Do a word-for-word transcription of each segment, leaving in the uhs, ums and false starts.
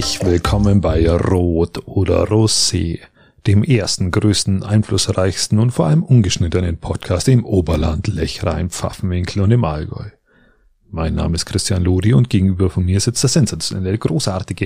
Herzlich willkommen bei Rot oder Rosé, dem ersten, größten, einflussreichsten und vor allem ungeschnittenen Podcast im Oberland, Lechrein, Pfaffenwinkel und im Allgäu. Mein Name ist Christian Lodi und gegenüber von mir sitzt der sensationelle, großartige,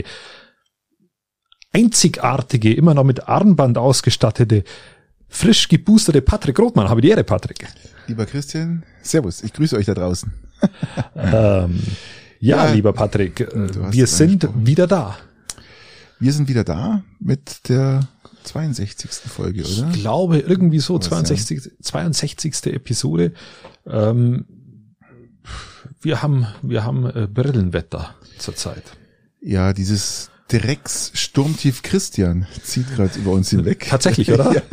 einzigartige, immer noch mit Armband ausgestattete, frisch geboosterte Patrick Rothmann. Habe die Ehre, Patrick. Lieber Christian, servus, ich grüße euch da draußen. ähm, ja, ja, lieber Patrick, wir sind wieder da. Wir sind wieder da mit der zweiundsechzigsten Folge, oder? Ich glaube, irgendwie so, zweiundsechzig, zweiundsechzigste Episode. Ähm, wir haben, wir haben äh, Brillenwetter zurzeit. Ja, dieses Drecks Sturmtief Christian zieht gerade über uns hinweg. Tatsächlich, oder? ja,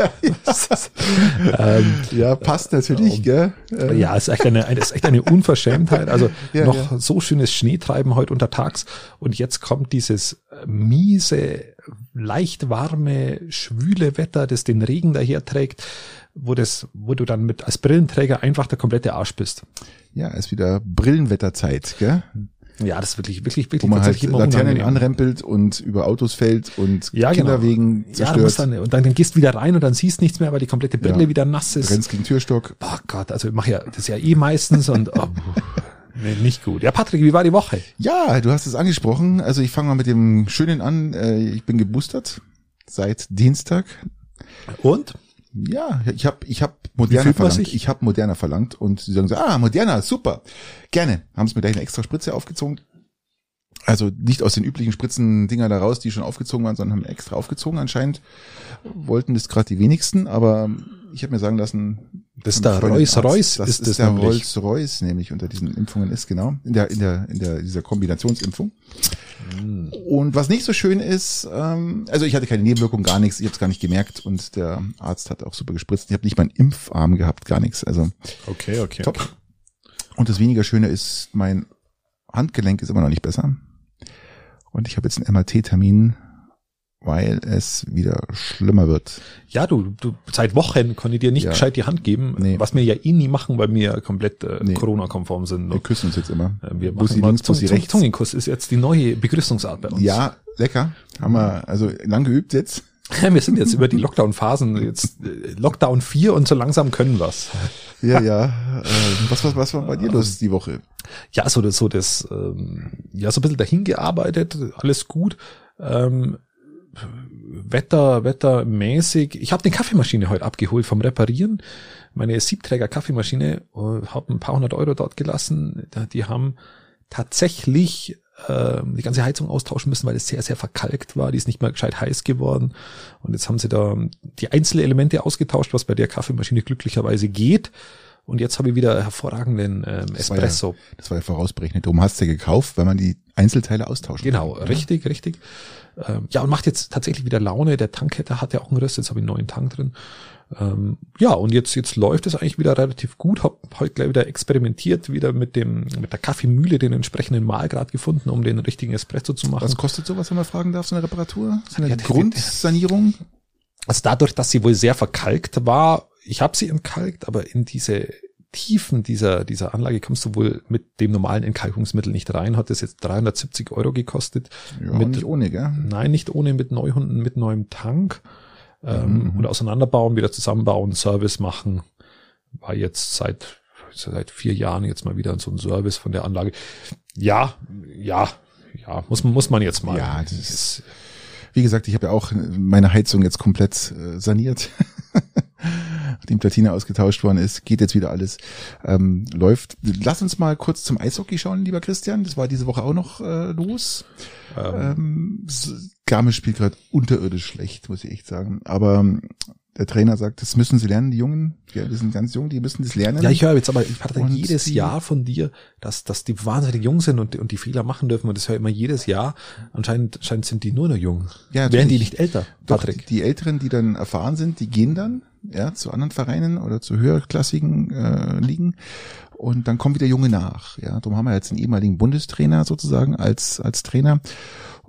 ähm, ja, passt natürlich, ähm, gell? Ähm. Ja, ist echt eine, ist echt eine Unverschämtheit. Also ja, noch ja. so schönes Schneetreiben heute untertags und jetzt kommt dieses miese, leicht warme, schwüle Wetter, das den Regen daherträgt, wo das, wo du dann mit als Brillenträger einfach der komplette Arsch bist. Ja, ist wieder Brillenwetterzeit, gell? Ja, das ist wirklich, wirklich, wirklich. Wo man halt Laternen anrempelt und über Autos fällt und ja, Kinderwegen genau. zerstört. Ja, dann, und dann, dann gehst du wieder rein und dann siehst nichts mehr, weil die komplette Brille ja. wieder nass ist. Du rennst gegen den Türstock. Oh Gott, also ich mach ja, das ist ja eh meistens und oh, nee, nicht gut. Ja, Patrick, wie war die Woche? Ja, du hast es angesprochen. Also ich fange mal mit dem Schönen an. Ich bin geboostert seit Dienstag. Und? Ja, ich habe ich hab Moderna verlangt. Ich habe Moderna verlangt und sie sagen so, ah, Moderna, super. Gerne. Haben es mir gleich eine extra Spritze aufgezogen. Also nicht aus den üblichen Spritzen-Dinger da raus, die schon aufgezogen waren, sondern haben extra aufgezogen anscheinend. Wollten das gerade die wenigsten, aber ich habe mir sagen lassen, das ist der Rolls-Royce, das ist, ist der Rolls-Royce nämlich unter diesen Impfungen ist, genau, in der in der in der dieser Kombinationsimpfung. Mm. Und was nicht so schön ist, ähm, also ich hatte keine Nebenwirkung, gar nichts, ich habe es gar nicht gemerkt und der Arzt hat auch super gespritzt. Ich habe nicht mal einen Impfarm gehabt, gar nichts. Also okay, okay, top. Okay. Und das weniger Schöne ist, mein Handgelenk ist immer noch nicht besser. Und ich habe jetzt einen M R T-Termin, weil es wieder schlimmer wird. Ja, du, du seit Wochen kann ich dir nicht ja. gescheit die Hand geben, nee. was wir ja eh nie machen, weil wir komplett äh, nee. Corona-konform sind. Wir küssen uns jetzt immer. Wir Bussi machen links, Bussi rechts. Zungenkuss ist jetzt die neue Begrüßungsart bei uns. Ja, lecker. Haben wir also lang geübt jetzt. Wir sind jetzt über die Lockdown-Phasen, jetzt Lockdown vier und so langsam können wir's. Ja, ja. Äh, was, was, was war bei dir los die Woche? Ja, so das, so das, ähm, ja, so ein bisschen dahin gearbeitet, alles gut. Ähm, Wetter, wettermäßig. Ich habe eine Kaffeemaschine heute abgeholt vom Reparieren. Meine Siebträger-Kaffeemaschine, äh, habe ein paar hundert Euro dort gelassen. Die haben tatsächlich äh, die ganze Heizung austauschen müssen, weil es sehr, sehr verkalkt war. Die ist nicht mehr gescheit heiß geworden. Und jetzt haben sie da die Einzelelemente ausgetauscht, was bei der Kaffeemaschine glücklicherweise geht. Und jetzt habe ich wieder hervorragenden ähm, Espresso. Das war, ja, das war ja vorausberechnet. Darum hast du ja gekauft, weil man die Einzelteile austauschen Genau, kann. richtig, richtig. Ähm, ja, und macht jetzt tatsächlich wieder Laune. Der Tankhäter hat ja auch einen Rest, jetzt habe ich einen neuen Tank drin. Ähm, ja, und jetzt jetzt läuft es eigentlich wieder relativ gut. Hab heute gleich wieder experimentiert, wieder mit dem mit der Kaffeemühle den entsprechenden Mahlgrad gefunden, um den richtigen Espresso zu machen. Was kostet sowas, wenn man fragen darf, so eine Reparatur? So eine ja, Grundsanierung? Also dadurch, dass sie wohl sehr verkalkt war, ich habe sie entkalkt, aber in diese Tiefen dieser dieser Anlage kommst du wohl mit dem normalen Entkalkungsmittel nicht rein. Hat das jetzt dreihundertsiebzig Euro gekostet. Ja, mit, nicht ohne, gell? Nein, nicht ohne, mit Neuhunden, mit neuem Tank. Ähm, mhm. Und auseinanderbauen, wieder zusammenbauen, Service machen. War jetzt seit seit vier Jahren jetzt mal wieder so ein Service von der Anlage. Ja, ja, ja, muss man muss man jetzt mal. Ja, das ist, wie gesagt, ich habe ja auch meine Heizung jetzt komplett äh, saniert. Nachdem Platine ausgetauscht worden ist, geht jetzt wieder alles, ähm, läuft. Lass uns mal kurz zum Eishockey schauen, lieber Christian. Das war diese Woche auch noch äh, los. Ähm. Ähm, Garmisch spielt gerade unterirdisch schlecht, muss ich echt sagen. Aber der Trainer sagt, das müssen sie lernen, die Jungen. Ja, die sind ganz jung, die müssen das lernen. Ja, ich höre jetzt aber, ich hatte jedes die, Jahr von dir, dass dass die wahnsinnig jung sind und, und die Fehler machen dürfen. Und das höre ich immer jedes Jahr. Anscheinend, anscheinend sind die nur noch jung. Ja, werden die nicht älter, Patrick? Doch, die, die Älteren, die dann erfahren sind, die gehen dann ja zu anderen Vereinen oder zu höherklassigen äh, Ligen. Und dann kommen wieder Junge nach. Ja, darum haben wir jetzt einen ehemaligen Bundestrainer sozusagen als als Trainer.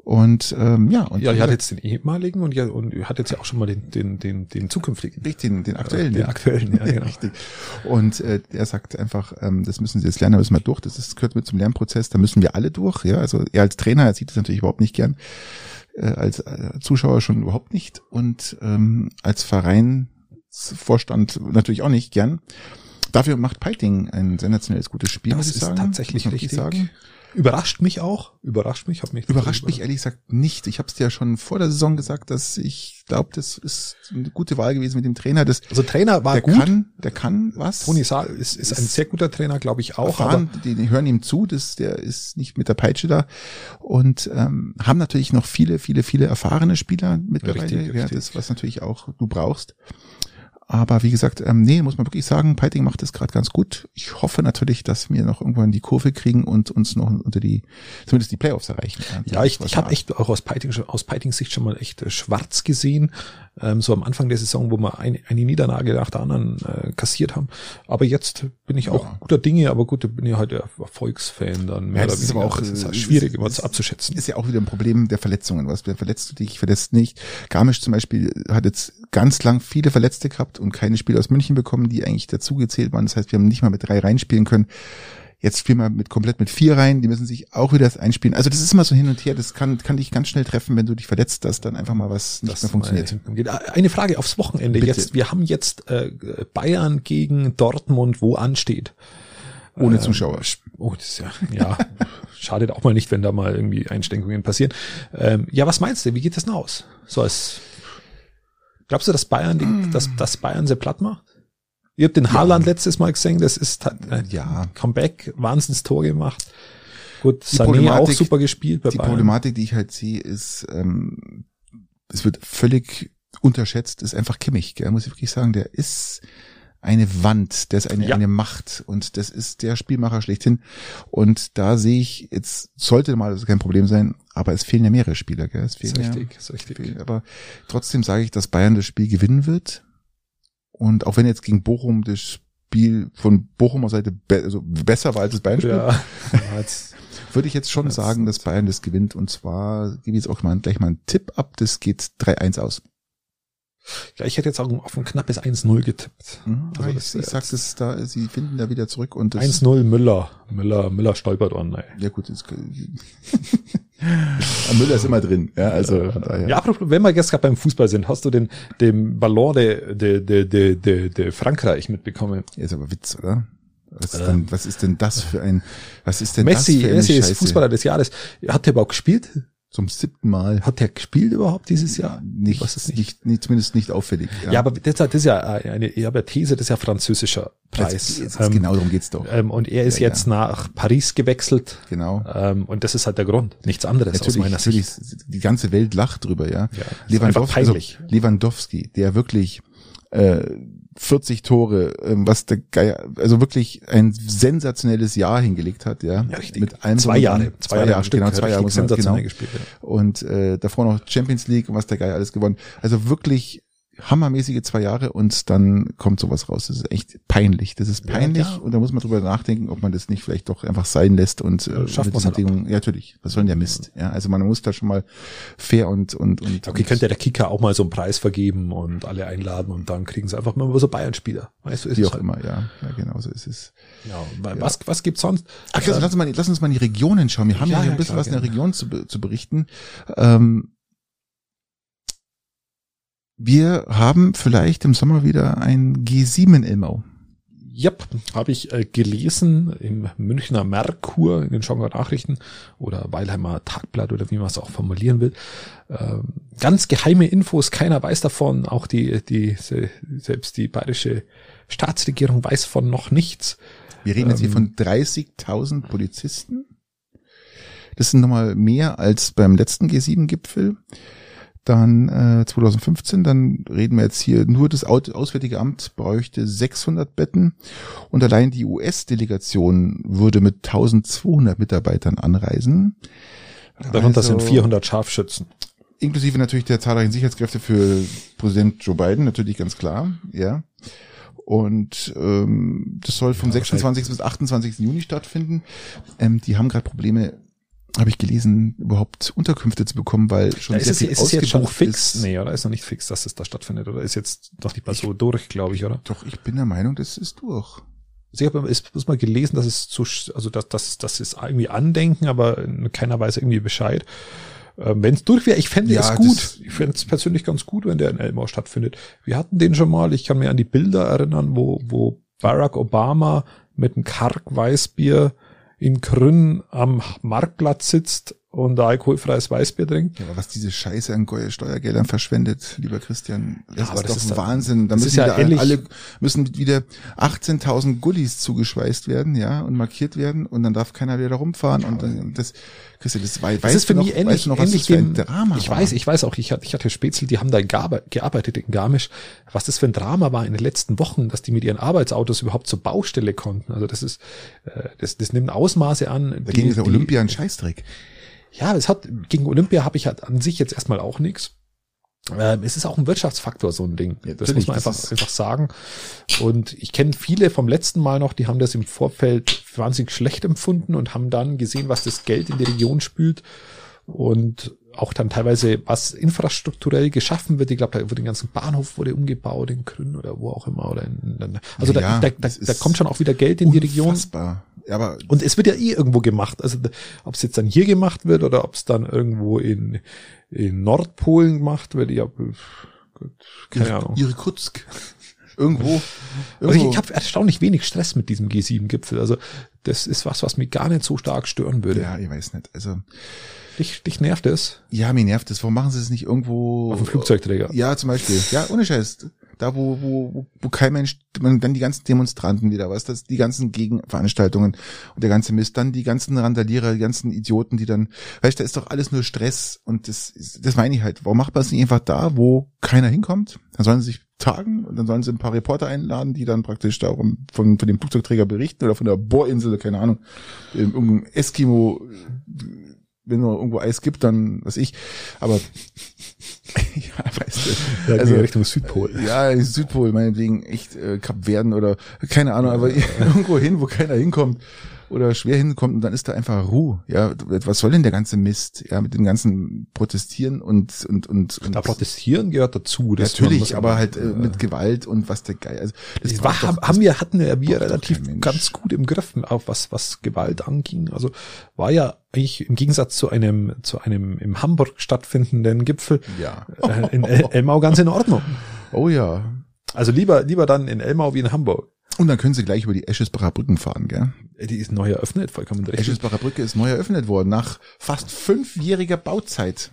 Und ähm, ja, und ja, er hat jetzt den ehemaligen und ja und hat jetzt ja auch schon mal den den den den zukünftigen, richtig, den, den aktuellen, den, den aktuellen, ja, genau. Richtig. Und äh, er sagt einfach, ähm, das müssen Sie jetzt lernen, da müssen wir durch. Das ist, gehört mit zum Lernprozess. Da müssen wir alle durch. Ja, also er als Trainer, er sieht das natürlich überhaupt nicht gern, äh, als äh, Zuschauer schon überhaupt nicht und ähm, als Vereinsvorstand natürlich auch nicht gern. Dafür macht Peiting ein sensationelles gutes Spiel, das muss ich ist sagen. tatsächlich muss richtig. Sagen. Überrascht mich auch. Überrascht mich. Hab mich Überrascht mich ehrlich gesagt nicht. Ich habe es dir ja schon vor der Saison gesagt, dass ich glaube, das ist eine gute Wahl gewesen mit dem Trainer. Das, also Trainer war der gut. Kann, der kann was. Toni Saar ist, ist, ist ein sehr guter Trainer, glaube ich auch. Erfahren, aber die, die hören ihm zu. Das, der ist nicht mit der Peitsche da und ähm, haben natürlich noch viele, viele, viele erfahrene Spieler mittlerweile. Richtig, ja, richtig. das was natürlich auch du brauchst. Aber wie gesagt, ähm, nee, muss man wirklich sagen, Peiting macht das gerade ganz gut. Ich hoffe natürlich, dass wir noch irgendwann die Kurve kriegen und uns noch unter die, zumindest die Playoffs erreichen. Ja, ich, ich habe echt auch aus Peiting, aus Peitings Sicht schon mal echt äh, schwarz gesehen. Ähm, so am Anfang der Saison, wo wir eine, eine Niederlage nach der anderen äh, kassiert haben. Aber jetzt bin ich auch ja. guter Dinge, aber gut, bin ja halt der Erfolgsfan dann. Mehr ja, oder das ist aber auch das ist halt äh, schwierig ist, immer ist, abzuschätzen. Ist ja auch wieder ein Problem der Verletzungen. Was verletzt du dich, verletzt nicht. Garmisch zum Beispiel hat jetzt ganz lang viele Verletzte gehabt und keine Spieler aus München bekommen, die eigentlich dazugezählt waren. Das heißt, wir haben nicht mal mit drei reinspielen können. Jetzt spielen wir mit komplett mit vier rein, die müssen sich auch wieder einspielen. Also das ist immer so hin und her, das kann kann dich ganz schnell treffen, wenn du dich verletzt, dass dann einfach mal was nicht das mehr funktioniert. Eine Frage aufs Wochenende Bitte. jetzt. Wir haben jetzt äh, Bayern gegen Dortmund, wo ansteht. Ohne ähm, Zuschauer. Oh, das ist ja, ja, schadet auch mal nicht, wenn da mal irgendwie Einschränkungen passieren. Ähm, ja, was meinst du? Wie geht das denn aus? So als, glaubst du, dass Bayern, die, mm. dass, dass Bayern sie platt macht? Ihr habt den ja. Haaland letztes Mal gesehen, das ist äh, ja Comeback, wahnsinns Tor gemacht. Gut, Sané auch super gespielt bei Die Bayern. Problematik, die ich halt sehe, ist, ähm, es wird völlig unterschätzt, ist einfach Kimmich, gell, muss ich wirklich sagen, der ist eine Wand, der ist eine, ja. eine Macht und das ist der Spielmacher schlechthin und da sehe ich, jetzt sollte mal das kein Problem sein, aber es fehlen ja mehrere Spieler, gell, es fehlen ist richtig, ja, ist richtig. Fehlen, aber trotzdem sage ich, dass Bayern das Spiel gewinnen wird. Und auch wenn jetzt gegen Bochum das Spiel von Bochumer Seite be- also besser war als das Bayern-Spiel, ja. würde ich jetzt schon das sagen, dass Bayern das gewinnt. Und zwar gebe ich jetzt auch mal gleich mal einen Tipp ab, das geht drei eins aus. Ja, ich hätte jetzt auch auf ein knappes eins null getippt. Mhm, also ich, das, ich sag das da, sie finden da wieder zurück und das eins null Müller. Müller, Müller stolpert an, ey. Ja gut, das Müller ist immer drin, ja, also äh, ja, apropos, wenn wir jetzt gerade beim Fußball sind, hast du den den Ballon de de de de de, de Frankreich mitbekommen? Ja, ist aber Witz, oder? Was ist, äh. denn, was ist denn das für ein was ist denn Messi, das für eine Messi ist Scheiße? Fußballer des Jahres. Hat der überhaupt gespielt? Zum siebten Mal. Hat der gespielt überhaupt dieses Jahr? Nicht, was ist nicht, nicht, nicht, zumindest nicht auffällig. Ja, ja aber das, das ist ja eine, ich habe ja These, das ist ja französischer Preis. Das, das, ähm, genau darum geht's doch. Ähm, und er ist ja, jetzt ja. nach Paris gewechselt. Genau. Ähm, und das ist halt der Grund. Nichts anderes natürlich, aus meiner natürlich, Sicht. die ganze Welt lacht drüber, ja. ja Lewandowski, also Lewandowski, der wirklich äh, vierzig Tore, ähm, was der Geier, also wirklich ein sensationelles Jahr hingelegt hat, ja. Ja, richtig. Mit allem zwei Jahre, zwei Jahre, Jahre genau, zwei Jahre muss man, genau. gespielt. Ja. Und äh, davor noch Champions League und was der Geier alles gewonnen. Also wirklich hammermäßige zwei Jahre und dann kommt sowas raus. Das ist echt peinlich. Das ist peinlich ja, und da muss man drüber nachdenken, ob man das nicht vielleicht doch einfach sein lässt und äh, schafft mit man halt Bedingungen. Ja, natürlich. Was soll denn der Mist? Ja, also man muss da schon mal fair und und und. Okay, könnte der Kicker auch mal so einen Preis vergeben und alle einladen und dann kriegen sie einfach mal so Bayern-Spieler. Weißt du, ist wie es auch halt. immer, ja. Ja, genau so ist es. Ja, was was gibt's sonst? Ach, Christian, lass uns mal, lass uns mal in die Regionen schauen. Wir haben ja, ja hier ein ja, bisschen klar, was in der gerne. Region zu, zu berichten. Ähm, Wir haben vielleicht im Sommer wieder ein G sieben in Ilmau. Yep, habe ich äh, gelesen im Münchner Merkur, in den Schongauer Nachrichten oder Weilheimer Tagblatt oder wie man es auch formulieren will. Ähm, ganz geheime Infos, keiner weiß davon, auch die, die selbst die bayerische Staatsregierung weiß von noch nichts. Wir reden jetzt ähm, hier von dreißigtausend Polizisten. Das sind nochmal mehr als beim letzten G sieben Gipfel. Dann äh, zwanzig fünfzehn, dann reden wir jetzt hier, nur das Auswärtige Amt bräuchte sechshundert Betten und allein die U S-Delegation würde mit eintausendzweihundert Mitarbeitern anreisen. Darunter also, sind vierhundert Scharfschützen. Inklusive natürlich der zahlreichen Sicherheitskräfte für Präsident Joe Biden, natürlich ganz klar, ja. Und ähm, das soll vom ja, sechsundzwanzigsten bis achtundzwanzigsten Juni stattfinden. Ähm, die haben gerade Probleme. habe ich gelesen, überhaupt Unterkünfte zu bekommen, weil schon ja, sehr ist viel es, ist es jetzt schon fix? ist. Nee, oder? Ist noch nicht fix, dass es da stattfindet, oder? Ist jetzt noch nicht mal so durch, glaube ich, oder? Doch, ich bin der Meinung, das ist durch. Also ich habe bloß mal gelesen, dass es zu, also dass, dass, dass es irgendwie andenken, aber keiner weiß irgendwie Bescheid. Ähm, wenn es durch wäre, ich fände Ja, es gut. das- Ich fände es persönlich ganz gut, wenn der in Elmau stattfindet. Wir hatten den schon mal, ich kann mir an die Bilder erinnern, wo, wo Barack Obama mit einem Karg Weißbier in Grün am Marktplatz sitzt und da alkoholfreies Weißbier trinkt. Ja, aber was diese Scheiße an Geu- Steuergeldern verschwendet, lieber Christian, das Ja, aber ist das doch ist doch- Wahnsinn. Da das müssen ist ja wieder ähnlich- alle müssen wieder achtzehntausend Gullis zugeschweißt werden, ja, und markiert werden und dann darf keiner wieder da rumfahren und dann, das, Christian, das, wei- Das weißt ist für du noch, mich ähnlich, weißt du noch, was ähnlich das für ein dem, Drama ich war? weiß, ich weiß auch, ich hatte, ich hatte Spätzle, die haben da gearbe- gearbeitet in Garmisch. Was das für ein Drama war in den letzten Wochen, dass die mit ihren Arbeitsautos überhaupt zur Baustelle konnten. Also das ist, äh, das, das nimmt Ausmaße an. Dagegen ist der Olympia ein Scheißdreck. Ja, es hat, gegen Olympia habe ich halt an sich jetzt erstmal auch nichts. Ähm, es ist auch ein Wirtschaftsfaktor, so ein Ding. Ja, das natürlich, muss man das einfach, ist- einfach sagen. Und ich kenne viele vom letzten Mal noch, die haben das im Vorfeld wahnsinnig schlecht empfunden und haben dann gesehen, was das Geld in die Region spült und auch dann teilweise, was infrastrukturell geschaffen wird. Ich glaube, da wurde den ganzen Bahnhof wurde umgebaut in Grün oder wo auch immer. Oder in, also Ja, da, da, da, das da ist kommt schon auch wieder Geld in die Region. Unfassbar. Ja, aber Und es wird ja eh irgendwo gemacht. Also ob es jetzt dann hier gemacht wird oder ob es dann irgendwo in, in Nordpolen gemacht wird, ja, gut, keine ihre, Ahnung. ihre Kutzk. Irgendwo. Also irgendwo. ich, ich habe erstaunlich wenig Stress mit diesem G sieben Gipfel. Also das ist was, was mich gar nicht so stark stören würde. Ja, ich weiß nicht. Also, Dich, dich nervt es ja, mir nervt es. Warum machen sie es nicht irgendwo? auf dem Flugzeugträger? Ja, zum Beispiel. Ja, ohne Scheiß. Da, wo, wo, wo, wo kein Mensch, man, dann die ganzen Demonstranten wieder, was das, die ganzen Gegenveranstaltungen und der ganze Mist, dann die ganzen Randalierer, die ganzen Idioten, die dann, weißt du, da ist doch alles nur Stress und das, ist, das meine ich halt. Warum macht man es nicht einfach da, wo keiner hinkommt? Dann sollen sie sich tagen und dann sollen sie ein paar Reporter einladen, die dann praktisch darum von, von dem Flugzeugträger berichten oder von der Bohrinsel, keine Ahnung, irgendein Eskimo, wenn nur irgendwo Eis gibt, dann, was ich, aber, ja, weißt du, Ja, also, Richtung Südpol. ja, Südpol, meinetwegen echt äh, Kapverden oder keine Ahnung, aber irgendwo hin, wo keiner hinkommt oder schwer hinkommt und dann ist da einfach Ruhe. Ja, was soll denn der ganze Mist? Ja, mit dem ganzen Protestieren und und und, und Da protestieren gehört dazu. Das natürlich, man- aber halt äh, mit Gewalt und was der Geil. Also das Das braucht war, doch- haben wir, hatten wir braucht doch relativ kein Mensch. ganz gut im Griff, auch was, was Gewalt anging. Also war ja eigentlich im Gegensatz zu einem, zu einem im Hamburg stattfindenden Gipfel ja. äh, in El Elmau ganz in Ordnung. Oh ja. Also lieber, lieber dann in Elmau wie in Hamburg. Und dann können sie gleich über die Eschesbacher Brücken fahren, gell? Die ist neu eröffnet, vollkommen richtig. Eschesbacher Brücke ist neu eröffnet worden nach fast fünfjähriger Bauzeit.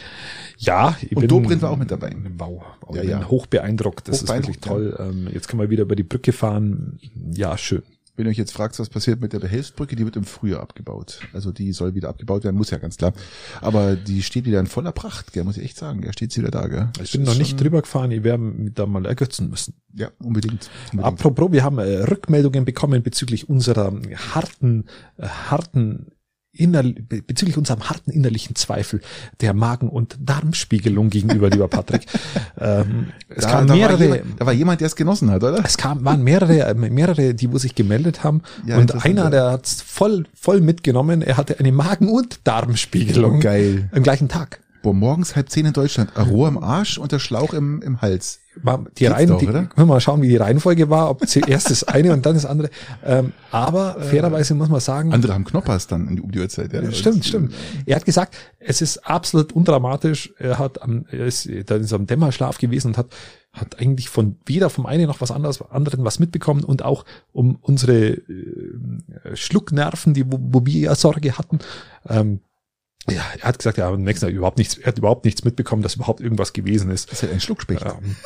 Ja, ich Und bin, Dobrindt war auch mit dabei. Wow, wow Ja, ich bin ja. hoch beeindruckt. Das Hoch ist wirklich beeindruckt, toll. Ähm, Jetzt können wir wieder über die Brücke fahren. Ja, schön. Wenn ihr euch jetzt fragt, was passiert mit der Behelfsbrücke, die wird im Frühjahr abgebaut. Also die soll wieder abgebaut werden, muss ja ganz klar. Aber die steht wieder in voller Pracht, gell, muss ich echt sagen. Gell, steht sie wieder da, gell? Ich bin noch nicht drüber gefahren, ich werde mich da mal ergötzen müssen. Ja, unbedingt. unbedingt. Apropos, wir haben äh, Rückmeldungen bekommen bezüglich unserer harten, äh, harten inner, be- bezüglich unserem harten innerlichen Zweifel der Magen- und Darmspiegelung gegenüber, lieber Patrick. ähm, es da, kamen da, mehrere, war jemand, da war jemand, der es genossen hat, oder? es kam, waren mehrere, äh, mehrere, die wo sich gemeldet haben. Ja, und interessant, einer, ja. der hat's voll, voll mitgenommen. Er hatte eine Magen- und Darmspiegelung Geil. am gleichen Tag. Boah, morgens halb zehn in Deutschland. Ein Rohr im Arsch und der Schlauch im, im Hals. War die Geht's Reihen, doch, die, oder? können wir mal schauen, wie die Reihenfolge war, ob zuerst das eine und dann das andere. Ähm, aber fairerweise muss man sagen, Andere haben Knoppers dann in die, um die Uhrzeit. Ja. stimmt, Und, stimmt. Er hat gesagt, es ist absolut undramatisch. Er hat am, er ist dann in so einem Dämmerschlaf gewesen und hat, hat eigentlich von weder vom einen noch was anderes, anderen was mitbekommen und auch um unsere äh, Schlucknerven, die, wo, wo wir ja Sorge hatten, ähm, ja, er hat gesagt, ja, am nächsten Tag überhaupt nichts, er hat überhaupt nichts mitbekommen, dass überhaupt irgendwas gewesen ist. Das ist halt ein Schluckspecht. Ähm,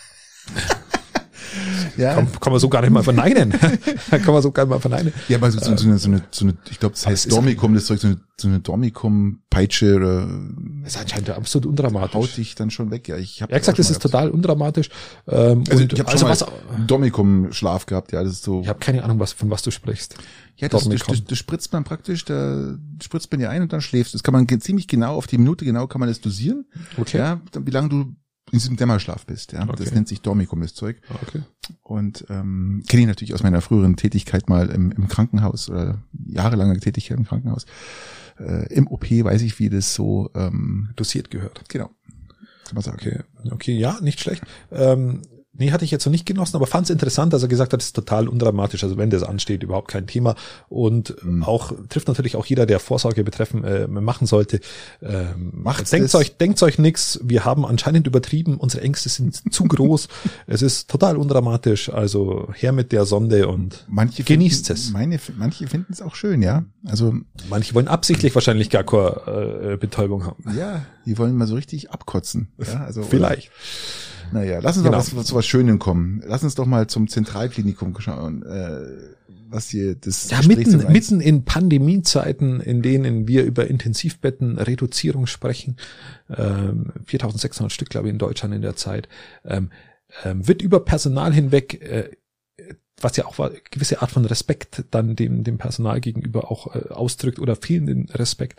Ja, kann, kann man so gar nicht mal verneinen. kann man so gar nicht mal verneinen. ja, aber so, so, so, eine, so, eine, so eine, ich glaube, das Aber heißt es ist Dormicum, das Zeug, so eine, so eine Dormicum-Peitsche oder Das ist anscheinend absolut undramatisch. haut dich dann schon weg. Ja, ich habe Er hat gesagt, das ist total undramatisch. Ähm, Also und ich habe also schon was, mal Dormicum-Schlaf gehabt, ja, das ist so. ich habe keine Ahnung, was, von was du sprichst. Ja, das, das, Dormicum. das, das spritzt man praktisch, da spritzt man dir ein und dann schläfst du. Das kann man ge- ziemlich genau, auf die Minute genau kann man das dosieren. Okay. Ja, dann, wie lange du in diesem Dämmerschlaf bist. Ja, okay. Das nennt sich Dormicum-Zeug. Okay. Und ähm, kenne ich natürlich aus meiner früheren Tätigkeit mal im, im Krankenhaus oder jahrelanger Tätigkeit im Krankenhaus. Äh, Im O P weiß ich, wie das so ähm, dosiert gehört. Genau. Kann man sagen. Okay, okay, ja, nicht schlecht. Ähm, nee, hatte ich jetzt noch nicht genossen, aber fand es interessant, dass er gesagt hat, es ist total undramatisch, also wenn das ansteht, überhaupt kein Thema. Und mhm. auch trifft natürlich auch jeder, der Vorsorge betreffen äh, machen sollte. Ähm, Macht denkt euch, denkt euch nix. Wir haben anscheinend übertrieben, unsere Ängste sind zu groß. Es ist total undramatisch, also her mit der Sonde und manche genießt finden, es. Meine, manche finden es auch schön, ja. Also manche wollen absichtlich wahrscheinlich gar keine äh, Betäubung haben. Ja, die wollen mal so richtig abkotzen. Ja, also vielleicht. Oder, naja, lass uns genau. doch was, zu was Schönem kommen. Lass uns doch mal zum Zentralklinikum schauen, äh, was hier das ja, mitten, mitten in Pandemiezeiten, in denen wir über Intensivbettenreduzierung sprechen, ähm, viertausendsechshundert Stück, glaube ich, in Deutschland in der Zeit, ähm, ähm, wird über Personal hinweg, äh, was ja auch eine gewisse Art von Respekt dann dem, dem Personal gegenüber auch äh, ausdrückt oder fehlenden Respekt,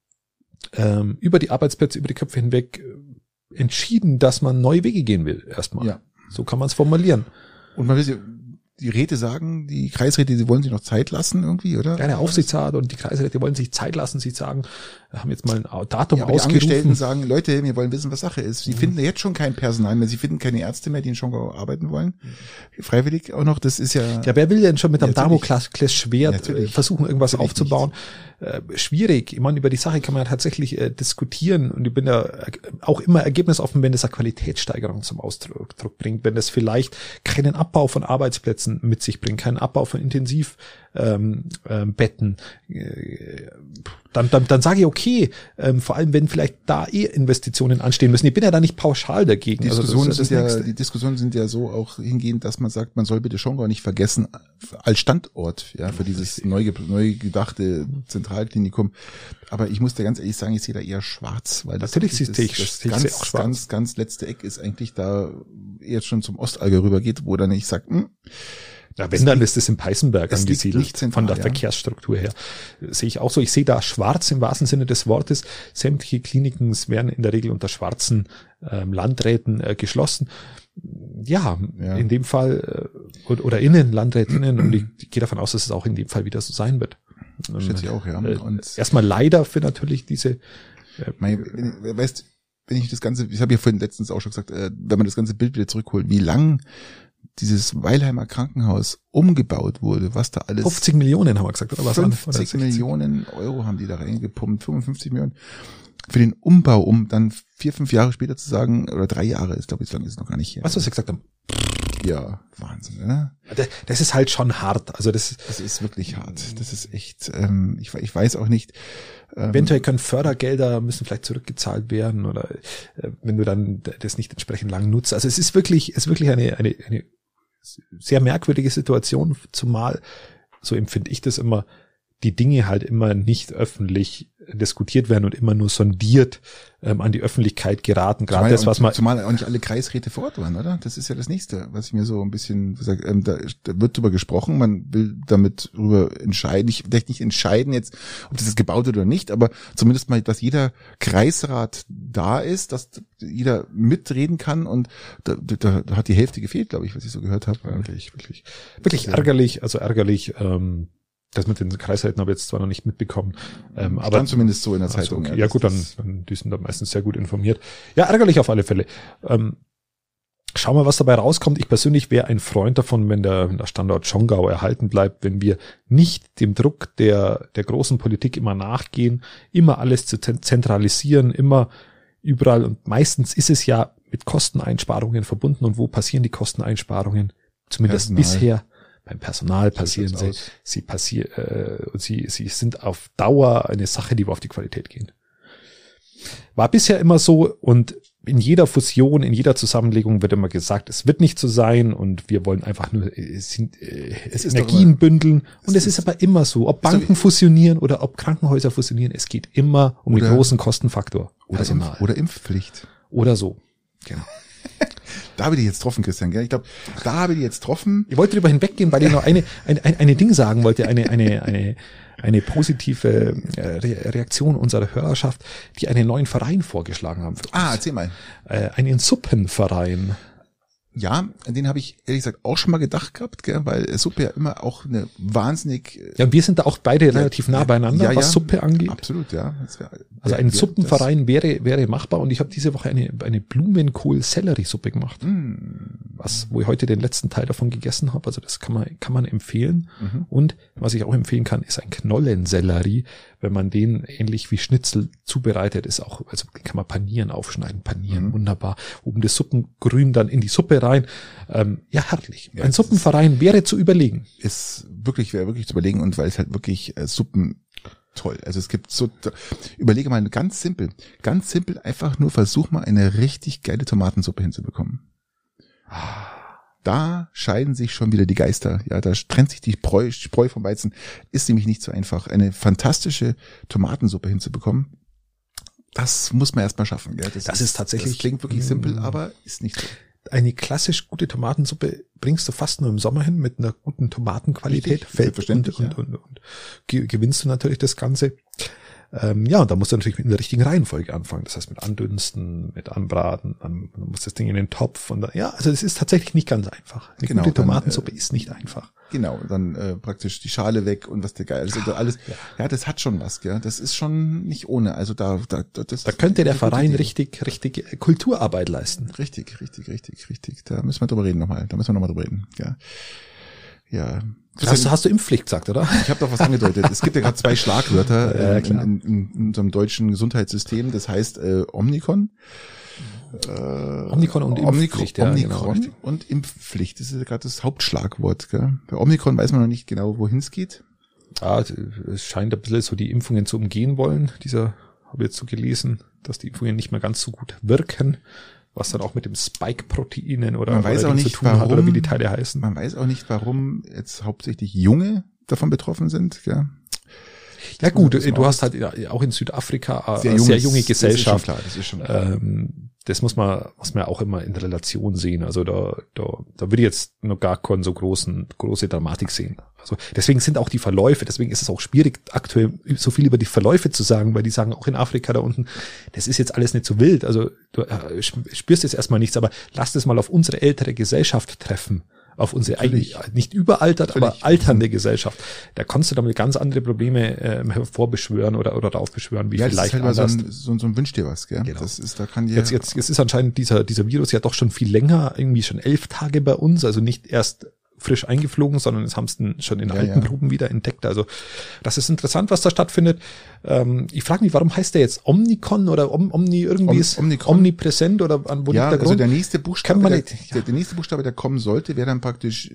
ähm, über die Arbeitsplätze, über die Köpfe hinweg äh, entschieden, dass man neue Wege gehen will, erstmal. Ja. So kann man es formulieren. Und man will sie, die Räte sagen, die Kreisräte, sie wollen sich noch Zeit lassen irgendwie, oder? Ja, der Aufsichtsrat und die Kreisräte wollen sich Zeit lassen. Sie sagen, haben jetzt mal ein Datum ja, aber ausgerufen. Die Angestellten sagen, Leute, wir wollen wissen, was Sache ist. Sie mhm. finden jetzt schon kein Personal mehr. Sie finden keine Ärzte mehr, die in Schongau arbeiten wollen. Mhm. Freiwillig auch noch. Das ist ja... Ja, wer will denn schon mit einem ja, Damoklesschwert ja, versuchen, irgendwas natürlich aufzubauen? Äh, schwierig. Ich meine, über die Sache kann man ja tatsächlich äh, diskutieren und ich bin ja auch immer ergebnisoffen, wenn das eine Qualitätssteigerung zum Ausdruck bringt, wenn das vielleicht keinen Abbau von Arbeitsplätzen mit sich bringt, keinen Abbau von Intensivbetten, ähm, ähm, Betten. Äh, dann, dann, dann sage ich okay, ähm, vor allem wenn vielleicht da eh Investitionen anstehen müssen. Ich bin ja da nicht pauschal dagegen. Die Diskussionen, also das, sind, das ja, die Diskussionen sind ja so auch hingehend, dass man sagt, man soll bitte Schongau nicht vergessen als Standort, ja, für dieses neu, neu gedachte Zentralklinikum. Aber ich muss da ganz ehrlich sagen, ich sehe da eher schwarz, weil das, natürlich das, sehe ich, das sehe ganz, ich auch schwarz. ganz, ganz letzte Eck ist eigentlich da jetzt schon zum Ostalger rübergeht, wo dann ich sage, hm, ja, wenn, dann ist es in Peißenberg angesiedelt, zentral, von der ja. Verkehrsstruktur her. Sehe ich auch so. Ich sehe da schwarz im wahrsten Sinne des Wortes. Sämtliche Kliniken werden in der Regel unter schwarzen ähm, Landräten äh, geschlossen. Ja, ja, in dem Fall, äh, oder, oder innen, Landrätinnen, und ich, ich gehe davon aus, dass es auch in dem Fall wieder so sein wird. Schätze ich auch, ja. Und äh, erstmal leider für natürlich diese... Äh, mein, wenn, weißt, wenn ich das Ganze, ich habe ja vorhin letztens auch schon gesagt, äh, wenn man das ganze Bild wieder zurückholt, wie lang dieses Weilheimer Krankenhaus umgebaut wurde, was da alles... fünfzig Millionen haben wir gesagt, oder was? fünfzig Millionen Euro haben die da reingepumpt, fünfundfünfzig Millionen für den Umbau, um dann vier, fünf Jahre später zu sagen, oder drei Jahre, ich glaube, so lange ist es noch gar nicht hier. Was, was Sie gesagt haben? Ja, Wahnsinn, oder? Das ist halt schon hart. Also das, das ist wirklich hart. Das ist echt, ähm, ich, ich weiß auch nicht. Ähm, Eventuell können Fördergelder, müssen vielleicht zurückgezahlt werden oder äh, wenn du dann das nicht entsprechend lang nutzt. Also es ist wirklich, es ist wirklich eine, eine, eine sehr merkwürdige Situation, zumal, so empfinde ich das immer, die Dinge halt immer nicht öffentlich diskutiert werden und immer nur sondiert ähm, an die Öffentlichkeit geraten. Gerade das, was man zumal auch nicht alle Kreisräte vor Ort waren, oder? Das ist ja das Nächste, was ich mir so ein bisschen sage. Ähm, da, da wird drüber gesprochen, man will damit drüber entscheiden, ich, vielleicht nicht entscheiden jetzt, ob das jetzt gebaut wird oder nicht, aber zumindest mal, dass jeder Kreisrat da ist, dass jeder mitreden kann und da, da, da hat die Hälfte gefehlt, glaube ich, was ich so gehört habe. Wirklich, wirklich, wirklich ärgerlich, also ärgerlich. Ähm, Das mit den Kreisräten habe ich jetzt zwar noch nicht mitbekommen. Ähm, aber zumindest so in der Zeitung. Also okay. Ja gut, dann, dann die sind da meistens sehr gut informiert. Ja, ärgerlich auf alle Fälle. Ähm, schauen wir, was dabei rauskommt. Ich persönlich wäre ein Freund davon, wenn der, der Standort Schongau erhalten bleibt, wenn wir nicht dem Druck der, der großen Politik immer nachgehen, immer alles zu zentralisieren, immer überall. Und meistens ist es ja mit Kosteneinsparungen verbunden. Und wo passieren die Kosteneinsparungen? Zumindest Personal. Bisher. Beim Personal passieren sie, sie passieren, äh, sie, sie sind auf Dauer eine Sache, die auf die Qualität gehen. War bisher immer so und in jeder Fusion, in jeder Zusammenlegung wird immer gesagt, es wird nicht so sein und wir wollen einfach nur äh, sind, äh, Energien bündeln und es ist, ist aber immer so, ob Banken so fusionieren oder ob Krankenhäuser fusionieren, es geht immer um den großen Kostenfaktor. Oder, Impf- oder Impfpflicht. Oder so, genau. da habe ich dich jetzt getroffen, Christian. Gell? Ich glaube, da habe ich dich jetzt getroffen. Ich wollte drüber hinweggehen, weil ich noch eine, eine, eine Ding sagen wollte, eine, eine, eine, eine positive Reaktion unserer Hörerschaft, die einen neuen Verein vorgeschlagen haben. Für uns. Ah, erzähl mal. Äh, einen Suppenverein. Ja, an den habe ich ehrlich gesagt auch schon mal gedacht gehabt, gell, weil Suppe ja immer auch eine wahnsinnig... Ja, und wir sind da auch beide ja, relativ nah beieinander, ja, ja, was Suppe angeht. Absolut, ja. Wär, also ein Suppenverein wäre wäre machbar und ich habe diese Woche eine eine Blumenkohl-Sellerie-Suppe gemacht, mm. was wo ich heute den letzten Teil davon gegessen habe. Also das kann man kann man empfehlen. Mhm. Und was ich auch empfehlen kann, ist ein Knollensellerie, wenn man den ähnlich wie Schnitzel zubereitet, ist auch, also den kann man panieren, aufschneiden, panieren, mhm. wunderbar. Oben das Suppengrün dann in die Suppe rein. Ähm, ja, herrlich. Ja, ein Suppenverein wäre zu überlegen. Ist wirklich, wäre wirklich zu überlegen und weil es halt wirklich äh, Suppen toll. Also es gibt so, überlege mal ganz simpel, ganz simpel, einfach nur versuch mal eine richtig geile Tomatensuppe hinzubekommen. Da scheiden sich schon wieder die Geister. Ja, da trennt sich die Spreu, Spreu vom Weizen. Ist nämlich nicht so einfach, eine fantastische Tomatensuppe hinzubekommen. Das muss man erstmal schaffen. Gell? Das, das ist, ist tatsächlich, das klingt wirklich simpel, aber ist nicht so. Eine klassisch gute Tomatensuppe bringst du fast nur im Sommer hin mit einer guten Tomatenqualität. Selbstverständlich, und, und, und, und gewinnst du natürlich das Ganze. Ähm, ja, und da musst du natürlich mit in der richtigen Reihenfolge anfangen. Das heißt mit Andünsten, mit Anbraten, dann muss das Ding in den Topf und dann, ja, also das ist tatsächlich nicht ganz einfach. Eine genau, gute Tomatensuppe dann, äh, ist nicht einfach. Genau, dann äh, praktisch die Schale weg und was der geil ist. Also alles, ja. ja, das hat schon was, gell? Das ist schon nicht ohne. Also da, da, das da könnte der Verein richtig, richtig Kulturarbeit leisten. Richtig, richtig, richtig, richtig. Da müssen wir drüber reden nochmal. Da müssen wir nochmal drüber reden. Ja, ja. Hast du, hast du Impfpflicht gesagt, oder? Ich habe doch was angedeutet. Es gibt ja gerade zwei Schlagwörter ja, in, in, in, in unserem deutschen Gesundheitssystem. Das heißt äh, Omikron. Äh, Omikron und Impfpflicht. Omikron, ja, Omikron genau, und Impfpflicht. Das ist ja gerade das Hauptschlagwort. Gell? Bei Omikron weiß man noch nicht genau, wohin es geht. Ja, es scheint ein bisschen so die Impfungen zu umgehen wollen. Dieser habe ich jetzt so gelesen, dass die Impfungen nicht mehr ganz so gut wirken. Was dann auch mit dem Spike-Proteinen oder, man weiß oder auch nicht, zu tun warum, hat oder wie die Teile heißen. Man weiß auch nicht, warum jetzt hauptsächlich Junge davon betroffen sind. Ja, ja gut, du, du hast halt ja, auch in Südafrika sehr, junges, sehr junge Gesellschaft. Das ist schon klar, das ist schon klar. Ähm, das muss man, muss man auch immer in Relation sehen. Also da, da, da würde ich jetzt noch gar keine so großen, große Dramatik sehen. Also deswegen sind auch die Verläufe, deswegen ist es auch schwierig, aktuell so viel über die Verläufe zu sagen, weil die sagen auch in Afrika da unten, das ist jetzt alles nicht so wild. Also du äh, spürst jetzt erstmal nichts, aber lass das mal auf unsere ältere Gesellschaft treffen. Auf unsere eigentlich nicht überaltert, Natürlich. aber alternde Gesellschaft. Da kannst du damit ganz andere Probleme äh, hervorbeschwören oder oder darauf beschwören, wie ja, vielleicht ist halt anders. So ein, so, so ein Wünsch dir was, gell? Genau. Das ist, da kann jetzt, jetzt, jetzt ist anscheinend dieser dieser Virus ja doch schon viel länger, irgendwie schon elf Tage bei uns, also nicht erst frisch eingeflogen, sondern es haben es schon in ja, alten ja. Proben wieder entdeckt. Also das ist interessant, was da stattfindet. Ähm, ich frage mich, warum heißt der jetzt Omnicon oder Om, Omni irgendwie Om, ist Omnicron. Omnipräsent oder an wo ja, liegt der Grund? Also der nächste Buchstabe, der, nicht, ja. der, der nächste Buchstabe, der kommen sollte, wäre dann praktisch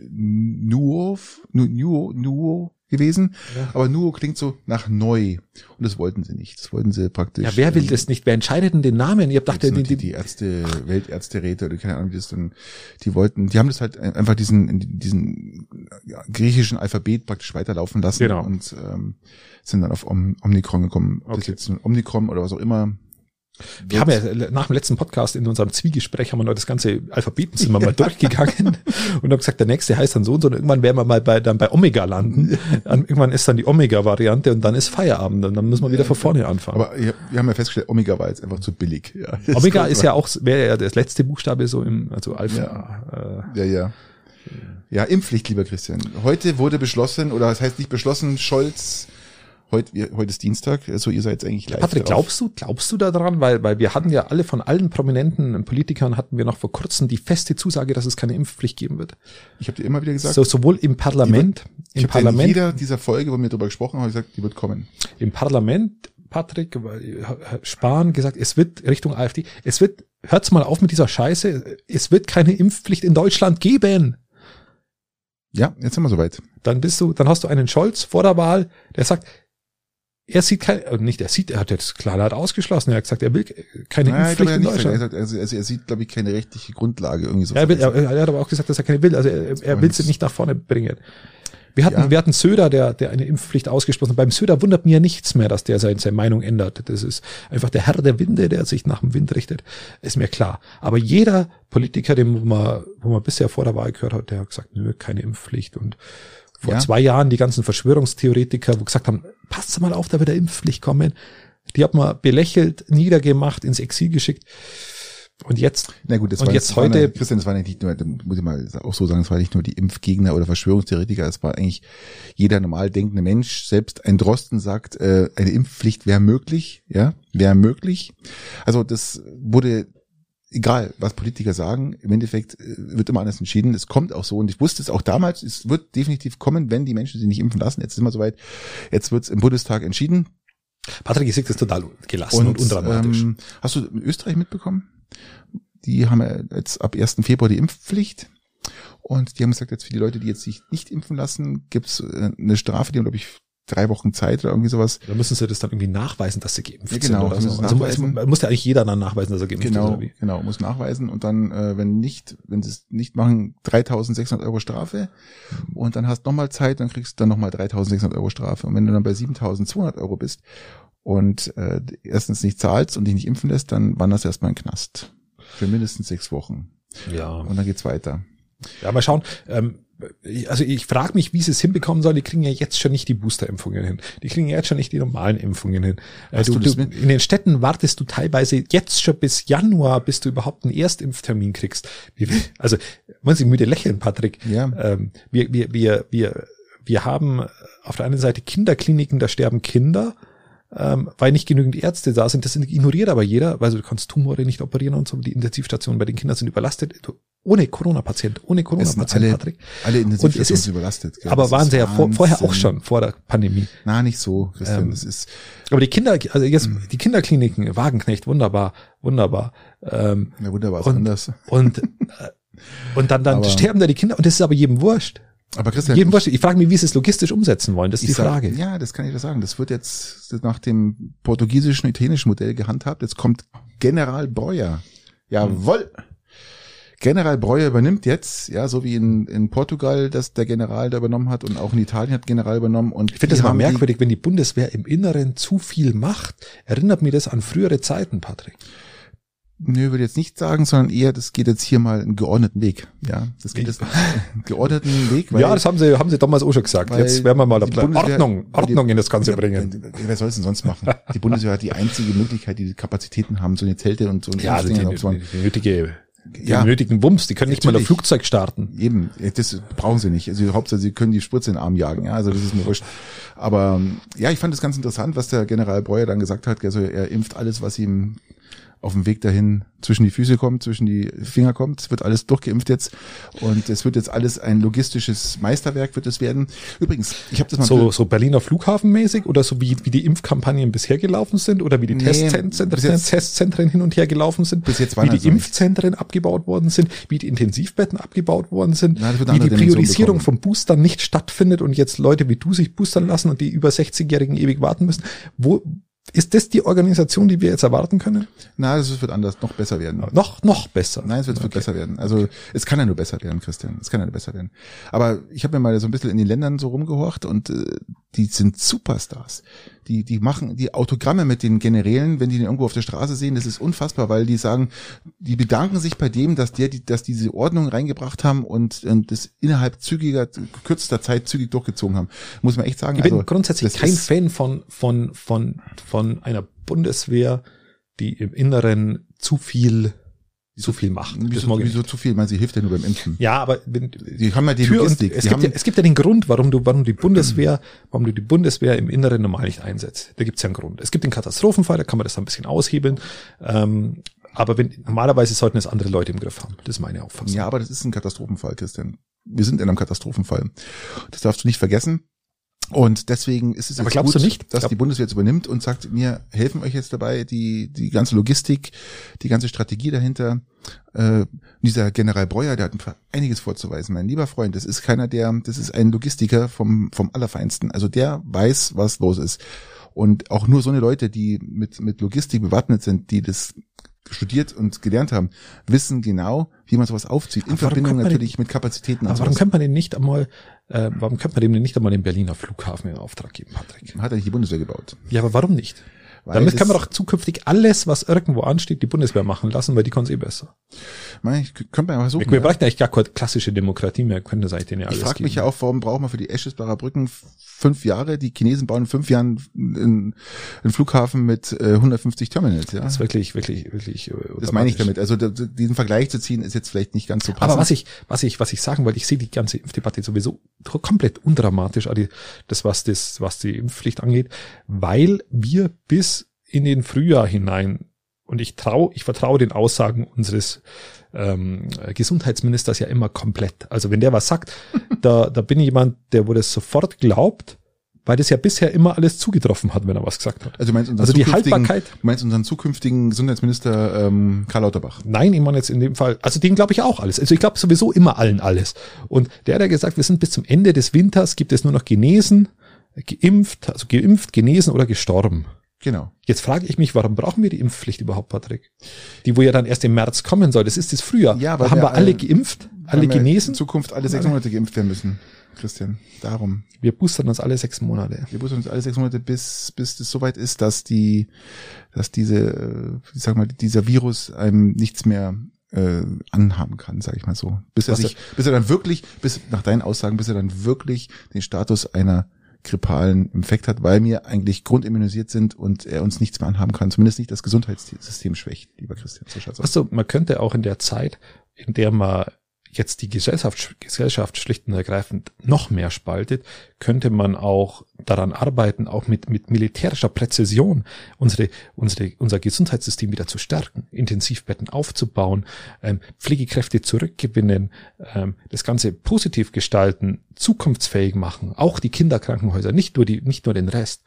Nuo, Nuo, Nuo gewesen. Ja. Aber Nuo klingt so nach neu. Und das wollten sie nicht. Das wollten sie praktisch. Ja, wer will ähm, das nicht? Wer entscheidet denn den Namen? Ihr habt dachte, die, die, die Ärzte, Weltärzteräte oder keine Ahnung, wie das dann, die wollten, die haben das halt einfach diesen, diesen ja, griechischen Alphabet praktisch weiterlaufen lassen. Genau. Und ähm, sind dann auf Om, Omnicron gekommen. Ob okay. das jetzt ein Omnicron oder was auch immer. Wir haben ja nach dem letzten Podcast in unserem Zwiegespräch haben wir noch das ganze Alphabet sind wir mal durchgegangen und haben gesagt, der nächste heißt dann so und so und irgendwann werden wir mal bei, dann bei Omega landen. Irgendwann ist dann die Omega-Variante und dann ist Feierabend und dann müssen wir wieder von vorne anfangen. Aber wir haben ja festgestellt, Omega war jetzt einfach zu billig. Ja, Omega ist ja auch, wäre ja das letzte Buchstabe so im, also Alpha. Ja, äh, ja, ja. Ja, Impfpflicht, lieber Christian. Heute wurde beschlossen, oder das heißt nicht beschlossen, Scholz, heute, heute ist Dienstag, also ihr seid eigentlich live. Patrick, glaubst du, glaubst du da dran? Weil, weil wir hatten ja alle von allen prominenten Politikern hatten wir noch vor kurzem die feste Zusage, dass es keine Impfpflicht geben wird. Ich habe dir immer wieder gesagt. So, sowohl im Parlament, wird, im im Parlament. In jeder dieser Folge, wo wir darüber gesprochen haben, gesagt, die wird kommen. Im Parlament, Patrick, Spahn gesagt, es wird Richtung AfD, es wird, hört's mal auf mit dieser Scheiße, es wird keine Impfpflicht in Deutschland geben. Ja, jetzt sind wir soweit. Dann bist du, dann hast du einen Scholz vor der Wahl, der sagt, er sieht kein, nicht er sieht, er hat jetzt klar hat ausgeschlossen, er hat gesagt, er will keine naja, Impfpflicht in nicht, Deutschland. Er, sagt, also, also er sieht, glaube ich, keine rechtliche Grundlage irgendwie so. Er, will, er, er hat aber auch gesagt, dass er keine will, also er, er will sie nicht nach vorne bringen. Wir hatten, Ja. wir hatten Söder, der, der eine Impfpflicht ausgesprochen hat. Beim Söder wundert mir ja nichts mehr, dass der seine, seine Meinung ändert. Das ist einfach der Herr der Winde, der sich nach dem Wind richtet. Ist mir klar. Aber jeder Politiker, den man, wo man bisher vor der Wahl gehört hat, der hat gesagt, nö, keine Impfpflicht. Und vor Ja. zwei Jahren die ganzen Verschwörungstheoretiker, wo gesagt haben, passt mal auf, da wird eine Impfpflicht kommen. Die hat man belächelt, niedergemacht, ins Exil geschickt. Und jetzt, Na gut, das und war jetzt das war heute, eine, Christian, das war nicht nur, das muss ich mal auch so sagen, es war nicht nur die Impfgegner oder Verschwörungstheoretiker, es war eigentlich jeder normal denkende Mensch. Selbst ein Drosten sagt, äh, eine Impfpflicht wäre möglich, ja, wäre möglich. Also das wurde, egal was Politiker sagen, im Endeffekt äh, wird immer anders entschieden. Es kommt auch so und ich wusste es auch damals, es wird definitiv kommen, wenn die Menschen sich nicht impfen lassen. Jetzt sind wir soweit, jetzt wird es im Bundestag entschieden. Patrick, ich sehe das total gelassen und, und undramatisch. Ähm, hast du in Österreich mitbekommen? Die haben ja jetzt ab ersten Februar die Impfpflicht. Und die haben gesagt, jetzt für die Leute, die jetzt sich nicht impfen lassen, gibt's eine Strafe, die haben, glaube ich, drei Wochen Zeit oder irgendwie sowas. Da müssen sie das dann irgendwie nachweisen, dass sie geimpft Ja, genau, sind oder so. müssen Also nachweisen. es muss ja eigentlich jeder dann nachweisen, dass er geimpft ist. Genau, Oder wie? genau, muss nachweisen. Und dann, äh, wenn nicht, wenn sie es nicht machen, dreitausendsechshundert Euro Strafe. Und dann hast du nochmal Zeit, dann kriegst du dann nochmal dreitausendsechshundert Euro Strafe. Und wenn du dann bei siebentausendzweihundert Euro bist und äh, erstens nicht zahlst und dich nicht impfen lässt, dann wanderst du erstmal in den Knast. Für mindestens sechs Wochen. Ja. Und dann geht's weiter. Ja, mal schauen. Ähm, also ich frage mich, wie sie es hinbekommen sollen. Die kriegen ja jetzt schon nicht die Boosterimpfungen hin. Die kriegen ja jetzt schon nicht die normalen Impfungen hin. Äh, Hast du, du das du, mit? in den Städten wartest du teilweise jetzt schon bis Januar, bis du überhaupt einen Erstimpftermin kriegst. Wie, also, muss ich müde lächeln, Patrick. Ja. Ähm, wir, wir, wir, wir, wir haben auf der einen Seite Kinderkliniken, da sterben Kinder, ähm, weil nicht genügend Ärzte da sind. Das ignoriert aber jeder, weil du kannst Tumore nicht operieren und so. Die Intensivstationen bei den Kindern sind überlastet. Du, ohne Corona-Patient, ohne Es sind Corona-Patient, alle, Patrick. alle Und es Intensivstationen ist, sind überlastet. Gell? aber Das waren ist sie ja vor, vorher auch Wahnsinn. schon, vor der Pandemie. Na, nicht so, Christian. Ähm, das ist, Aber die Kinder, also jetzt die Kinderkliniken, Wagenknecht, wunderbar, wunderbar. Ähm, na wunderbar, ist und, anders. und, äh, und dann, dann Aber- sterben da die Kinder und das ist aber jedem wurscht. Aber Christian, Jedem wurscht. Ich frage mich, wie sie es logistisch umsetzen wollen. Das ist die ich sag- Frage. Ja, das kann ich dir sagen. Das wird jetzt nach dem portugiesischen, italienischen Modell gehandhabt. Jetzt kommt General Breuer. Jawohl. General Breuer übernimmt jetzt, ja, so wie in, in Portugal, dass der General da übernommen hat und auch in Italien hat General übernommen. Und Ich finde die das mal haben die- merkwürdig, wenn die Bundeswehr im Inneren zu viel macht. Erinnert mich das an frühere Zeiten, Patrick. Nö, würde jetzt nicht sagen, sondern eher, das geht jetzt hier mal einen geordneten Weg. Ja, das geht jetzt einen geordneten Weg. Weil, Ja, das haben sie, haben sie damals auch schon gesagt. weil Jetzt werden wir mal die Bundeswehr- Ordnung, Ordnung in das Ganze Ja, bringen. Wer soll es denn sonst machen? Die Bundeswehr hat die einzige Möglichkeit, die Kapazitäten haben, so eine Zelte und so ein Ja, also die, aufzubauen. die, die nötige, die Ja. nötigen Bums, die können nicht mal ein Natürlich. Flugzeug starten. Eben, das brauchen sie nicht. Also Hauptsache, sie können die Spritze in den Arm jagen. Ja, also das ist mir wurscht. Aber ja, ich fand das ganz interessant, was der General Breuer dann gesagt hat. Also er impft alles, was ihm auf dem Weg dahin zwischen die Füße kommt, zwischen die Finger kommt. Es wird alles durchgeimpft jetzt und es wird jetzt alles ein logistisches Meisterwerk wird es werden. Übrigens, ich habe das mal So, so Berliner Flughafen mäßig oder so wie, wie die Impfkampagnen bisher gelaufen sind oder wie die Nee, Testzentren, bis jetzt- Testzentren hin und her gelaufen sind, Bis jetzt wie waren die also nicht. Impfzentren abgebaut worden sind, wie die Intensivbetten abgebaut worden sind, Na, das wird eine wie die andere Dimension Priorisierung bekommen. von Boostern nicht stattfindet und jetzt Leute wie du sich boostern lassen und die über sechzig-Jährigen ewig warten müssen. Wo, ist das die Organisation, die wir jetzt erwarten können? Na, das wird anders, noch besser werden. Noch, noch besser. Nein, es wird, wird besser werden. Also es kann ja nur besser werden, Christian. Es kann ja nur besser werden. Aber ich habe mir mal so ein bisschen in den Ländern so rumgehorcht und äh, die sind Superstars. Die die machen die Autogramme mit den Generälen, wenn die den irgendwo auf der Straße sehen, das ist unfassbar, weil die sagen, die bedanken sich bei dem, dass der, die, dass diese Ordnung reingebracht haben und, und das innerhalb zügiger, kürzester Zeit zügig durchgezogen haben. Muss man echt sagen. Ich bin also, grundsätzlich das kein ist- Fan von, von, von, von einer Bundeswehr, die im Inneren zu viel, zu viel macht. Das Wieso, mag ich wieso nicht. zu viel? Man, sie hilft ja nur beim Impfen. Ja, aber wenn, Die haben ja die Tür und, Logistik. es die gibt haben, ja, es gibt ja den Grund, warum du, warum die Bundeswehr, warum du die Bundeswehr im Inneren normal nicht einsetzt. Da gibt's ja einen Grund. Es gibt den Katastrophenfall, da kann man das ein bisschen aushebeln. Ähm, aber wenn, normalerweise sollten es andere Leute im Griff haben. Das ist meine Auffassung. Ja, aber das ist ein Katastrophenfall, Christian. Wir sind in einem Katastrophenfall. Das darfst du nicht vergessen. Und deswegen ist es Aber jetzt glaubst gut, du nicht? dass Glaub- die Bundeswehr jetzt übernimmt und sagt, wir helfen euch jetzt dabei, die die ganze Logistik, die ganze Strategie dahinter. Äh, dieser General Breuer, der hat einiges vorzuweisen, mein lieber Freund. Das ist keiner, der, das ist ein Logistiker vom vom Allerfeinsten. Also der weiß, was los ist. Und auch nur so eine Leute, die mit mit Logistik bewappnet sind, die das studiert und gelernt haben, wissen genau, wie man sowas aufzieht. In Aber warum Verbindung kommt man natürlich mit Kapazitäten. und Aber warum sowas. kann man denn nicht einmal äh, warum könnte man dem denn nicht einmal den Berliner Flughafen in Auftrag geben, Patrick? Hat er nicht die Bundeswehr gebaut? Ja, aber warum nicht? Weil Damit kann man doch zukünftig alles, was irgendwo ansteht, die Bundeswehr machen lassen, weil die kann es eh besser. Ich könnte man mal versuchen. Wir, wir bräuchten eigentlich gar keine klassische Demokratie mehr, könnte das eigentlich denen ja alles Ich frage mich geben. ja auch, warum braucht man für die Eschesbacher Brücken fünf Jahre? Die Chinesen bauen in fünf Jahren einen, einen Flughafen mit äh, hundertfünfzig Terminals. Ja, das ist wirklich, wirklich, wirklich. Äh, das meine ich damit. Also da, diesen Vergleich zu ziehen, ist jetzt vielleicht nicht ganz so passend. Aber was ich, was ich, was ich sagen wollte, ich sehe die ganze Impfdebatte sowieso komplett undramatisch, also das, was das, was die Impfpflicht angeht, weil wir bis in den Frühjahr hinein, und ich traue, ich vertraue den Aussagen unseres ähm, Gesundheitsministers ja immer komplett. Also wenn der was sagt, da, da bin ich jemand, der wo das sofort glaubt, weil das ja bisher immer alles zugetroffen hat, wenn er was gesagt hat. Also, du meinst unseren also die zukünftigen, Haltbarkeit. Du meinst unseren zukünftigen Gesundheitsminister ähm, Karl Lauterbach? Nein, ich meine jetzt in dem Fall, also den glaube ich auch alles. Also ich glaube sowieso immer allen alles. Und der hat ja gesagt, wir sind bis zum Ende des Winters, gibt es nur noch genesen, geimpft, also geimpft, genesen oder gestorben. Genau. Jetzt frage ich mich, warum brauchen wir die Impfpflicht überhaupt, Patrick? Die, wo ja dann erst im März kommen soll. Das ist das Frühjahr. Ja, da haben wir alle geimpft, alle genesen. In Zukunft alle sechs Monate geimpft werden müssen, Christian. Darum. Wir boostern uns alle sechs Monate. Wir boostern uns alle sechs Monate, bis bis es soweit ist, dass die, dass diese, ich sag mal, dieser Virus einem nichts mehr äh, anhaben kann, sage ich mal so. Bis er sich, bis er dann wirklich, bis nach deinen Aussagen, bis er dann wirklich den Status einer grippalen Infekt hat, weil wir eigentlich grundimmunisiert sind und er uns nichts mehr anhaben kann, zumindest nicht das Gesundheitssystem schwächt, lieber Christian. So schaut's aus. Weißt du, man könnte auch in der Zeit, in der man jetzt die Gesellschaft, Gesellschaft schlicht und ergreifend noch mehr spaltet, könnte man auch daran arbeiten, auch mit, mit militärischer Präzision unsere, unsere, unser Gesundheitssystem wieder zu stärken, Intensivbetten aufzubauen, ähm, Pflegekräfte zurückgewinnen, ähm, das Ganze positiv gestalten, zukunftsfähig machen, auch die Kinderkrankenhäuser, nicht nur die, nicht nur den Rest.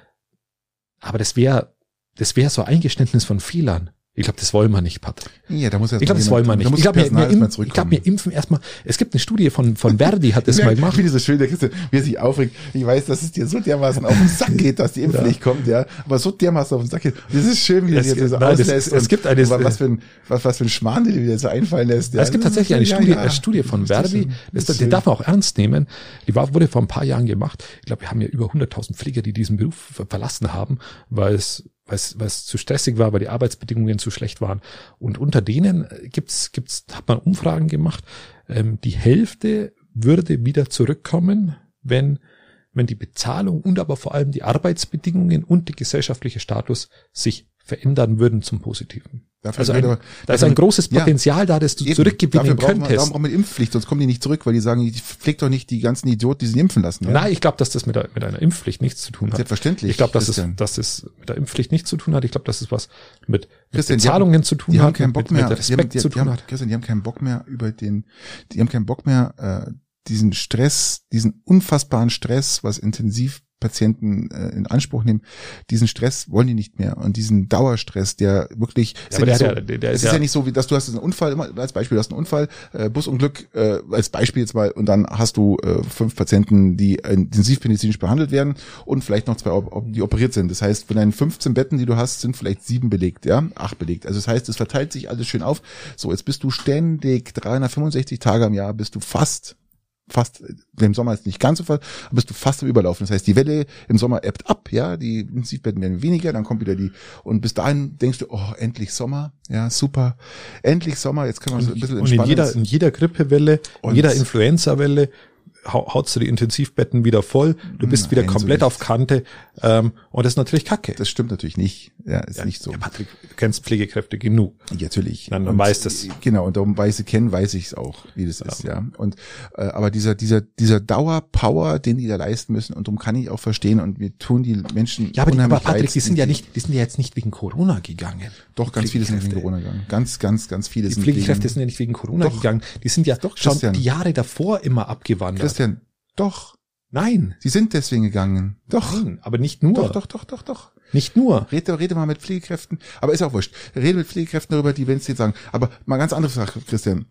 Aber das wäre, das wäre so ein Eingeständnis von Fehlern. Ich glaube, das wollen wir nicht, Patrick. Ja, da muss ich glaube, das wollen wir nicht. Ich glaube, wir, wir, ich glaub, wir impfen erstmal. Es gibt eine Studie von von Verdi, hat das ja, mal gemacht. Ich finde so schön, der Christian, wie er sich aufregt. Ich weiß, dass es dir so dermaßen auf den Sack geht, dass die Impfpflicht ja. kommt, ja. Aber so dermaßen auf den Sack geht. Das ist schön, wie er sich so auslässt. Es gibt eine, was für ein, was, was für ein Schmarrn, der dir so einfallen lässt. Ja. Es gibt tatsächlich eine ja, Studie, ja. eine Studie von Verdi. Das, das die darf man auch ernst nehmen. Die war, wurde vor ein paar Jahren gemacht. Ich glaube, wir haben ja über hunderttausend Pfleger, die diesen Beruf verlassen haben, weil es weil es, weil es zu stressig war, weil die Arbeitsbedingungen zu schlecht waren. Und unter denen gibt's, gibt's, hat man Umfragen gemacht. Ähm, die Hälfte würde wieder zurückkommen, wenn, wenn die Bezahlung und aber vor allem die Arbeitsbedingungen und der gesellschaftliche Status sich verändern würden zum Positiven. Dafür also ein, aber, da ist ein großes Potenzial ja, da, das du eben, zurückgewinnen brauchen könntest. Wir, darum brauchen wir Impfpflicht, sonst kommen die nicht zurück, weil die sagen, ich pflegt doch nicht die ganzen Idioten, die sich impfen lassen. Ja? Nein, ich glaube, dass das mit, der, mit einer Impfpflicht nichts zu tun hat. Selbstverständlich. Ich glaube, dass es, dass es mit der Impfpflicht nichts zu tun hat. Ich glaube, dass es was mit, mit Christian, Bezahlungen haben, zu tun die hat, haben keinen Bock mit, mehr, mit Respekt die haben, die, zu die tun haben, hat. Christian, die haben keinen Bock mehr über den, die haben keinen Bock mehr, äh, diesen Stress, diesen unfassbaren Stress, was Intensivpatienten äh, in Anspruch nehmen, diesen Stress wollen die nicht mehr und diesen Dauerstress, der wirklich, ja, aber der, so, der, der, der es ist, ist ja, ja nicht so, wie dass du hast einen Unfall, immer als Beispiel, du hast einen Unfall, äh, Busunglück, äh, als Beispiel jetzt mal, und dann hast du äh, fünf Patienten, die intensivmedizinisch behandelt werden und vielleicht noch zwei, ob, die operiert sind. Das heißt, von deinen fünfzehn Betten, die du hast, sind vielleicht sieben belegt, ja, acht belegt. Also das heißt, es verteilt sich alles schön auf. So, jetzt bist du ständig dreihundertfünfundsechzig Tage am Jahr, bist du fast fast, im Sommer ist nicht ganz so voll, aber bist du fast am Überlaufen. Das heißt, die Welle im Sommer ebbt ab, ja, die Intensivbetten werden weniger, dann kommt wieder die, und bis dahin denkst du, oh, endlich Sommer, ja, super, endlich Sommer, jetzt können wir so ein bisschen entspannen. Und in jeder, in jeder Grippewelle, in jeder Influenza-Welle hautst du die Intensivbetten wieder voll, du bist Nein, wieder komplett so auf Kante, ähm, und das ist natürlich Kacke. Das stimmt natürlich nicht, ja, ist ja, nicht so. Ja, Patrick, du kennst Pflegekräfte genug. Ja, natürlich. Dann, dann weiß das. Genau, und darum weiß ich, kennen, weiß ich es auch, wie das ja. ist, ja. Und, äh, aber dieser, dieser, dieser Dauerpower, den die da leisten müssen, und darum kann ich auch verstehen, und wir tun die Menschen ja, aber, die, aber Patrick, die sind ja nicht, die sind ja jetzt nicht wegen Corona gegangen. Doch, ganz viele sind wegen Corona gegangen. Ganz, ganz, ganz viele die sind Pflegekräfte wegen, sind ja nicht wegen Corona doch, gegangen. Die sind ja doch, schon die Jahre davor immer abgewandert. Christian, doch. Nein. Sie sind deswegen gegangen. Doch. Nein, aber nicht nur. Doch, doch, doch, doch, doch. Nicht nur. Rede, rede mal mit Pflegekräften. Aber ist auch wurscht. Rede mit Pflegekräften darüber, die, wenn es jetzt sagen. Aber mal ganz andere Sache, Christian.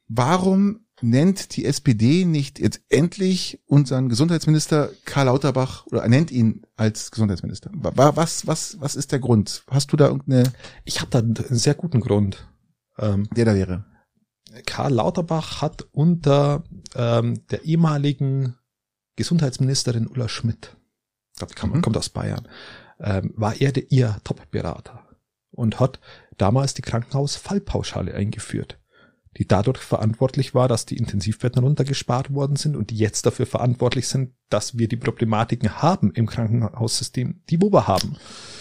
Warum nennt die S P D nicht jetzt endlich unseren Gesundheitsminister Karl Lauterbach, oder nennt ihn als Gesundheitsminister? Was, was, was ist der Grund? Hast du da irgendeine? Ich habe da einen sehr guten Grund. Ähm, der da wäre. Karl Lauterbach hat unter ähm, der ehemaligen Gesundheitsministerin Ulla Schmidt, ich glaube, die kam, mhm. kommt aus Bayern, ähm, war er der, ihr Top-Berater und hat damals die Krankenhausfallpauschale eingeführt, die dadurch verantwortlich war, dass die Intensivbetten runtergespart worden sind und die jetzt dafür verantwortlich sind, dass wir die Problematiken haben im Krankenhaussystem, die wo wir haben.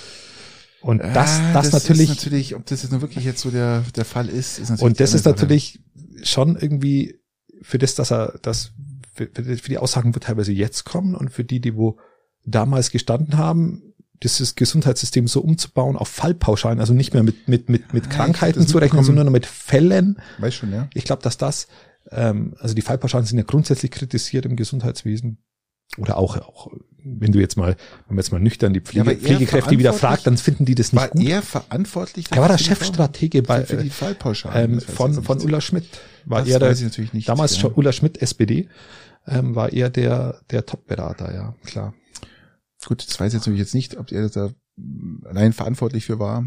Und das, ah, das, das natürlich, ist natürlich, ob das jetzt nur wirklich jetzt so der, der Fall ist, ist natürlich. Und das ist natürlich schon irgendwie für das, dass er, das, für, für die Aussagen, wo teilweise jetzt kommen und für die, die wo damals gestanden haben, dieses Gesundheitssystem so umzubauen auf Fallpauschalen, also nicht mehr mit, mit, mit, mit Krankheiten ja, zu rechnen, sondern nur mit Fällen. Weiß schon, ja. Ich glaube, dass das, ähm, also die Fallpauschalen sind ja grundsätzlich kritisiert im Gesundheitswesen. Oder auch, auch, wenn du jetzt mal, wenn man jetzt mal nüchtern die Pflege, ja, Pflegekräfte wieder fragt, dann finden die das nicht war gut. War er verantwortlich? Er war der Chefstratege bei, für die Fallpauschalen. Ähm, von, von Ulla Schmidt. War das er der, weiß ich natürlich nicht. Damals ja. schon Ulla Schmidt, S P D, ähm, war er der, der Top-Berater, ja, klar. Gut, das weiß ich natürlich jetzt nicht, ob er da allein verantwortlich für war.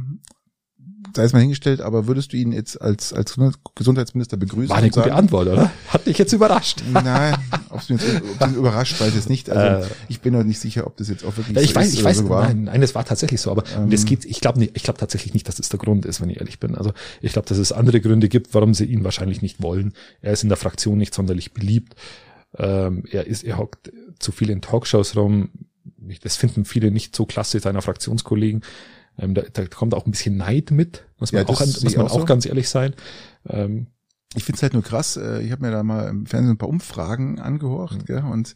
Sei es mal hingestellt, aber würdest du ihn jetzt als als Gesundheitsminister begrüßen? War eine gute sagen, Antwort, oder? Hat dich jetzt überrascht. Nein, ob es mich jetzt ob mich überrascht, weiß ich jetzt nicht. Also äh, ich bin noch nicht sicher, ob das jetzt auch wirklich ja, ich so weiß, ist ich weiß, so war. Nein, nein, das war tatsächlich so, aber ähm, das geht, ich glaube nicht, ich glaube tatsächlich nicht, dass das der Grund ist, wenn ich ehrlich bin. Also ich glaube, dass es andere Gründe gibt, warum sie ihn wahrscheinlich nicht wollen. Er ist in der Fraktion nicht sonderlich beliebt. Ähm, er ist, er hockt zu viel in Talkshows rum. Das finden viele nicht so klasse, seiner Fraktionskollegen. Ähm, da, da kommt auch ein bisschen Neid mit, muss man ja, auch, muss man auch, auch so. ganz ehrlich sein. Ähm, ich find's halt nur krass, äh, ich habe mir da mal im Fernsehen ein paar Umfragen angehorcht, mhm. gell, und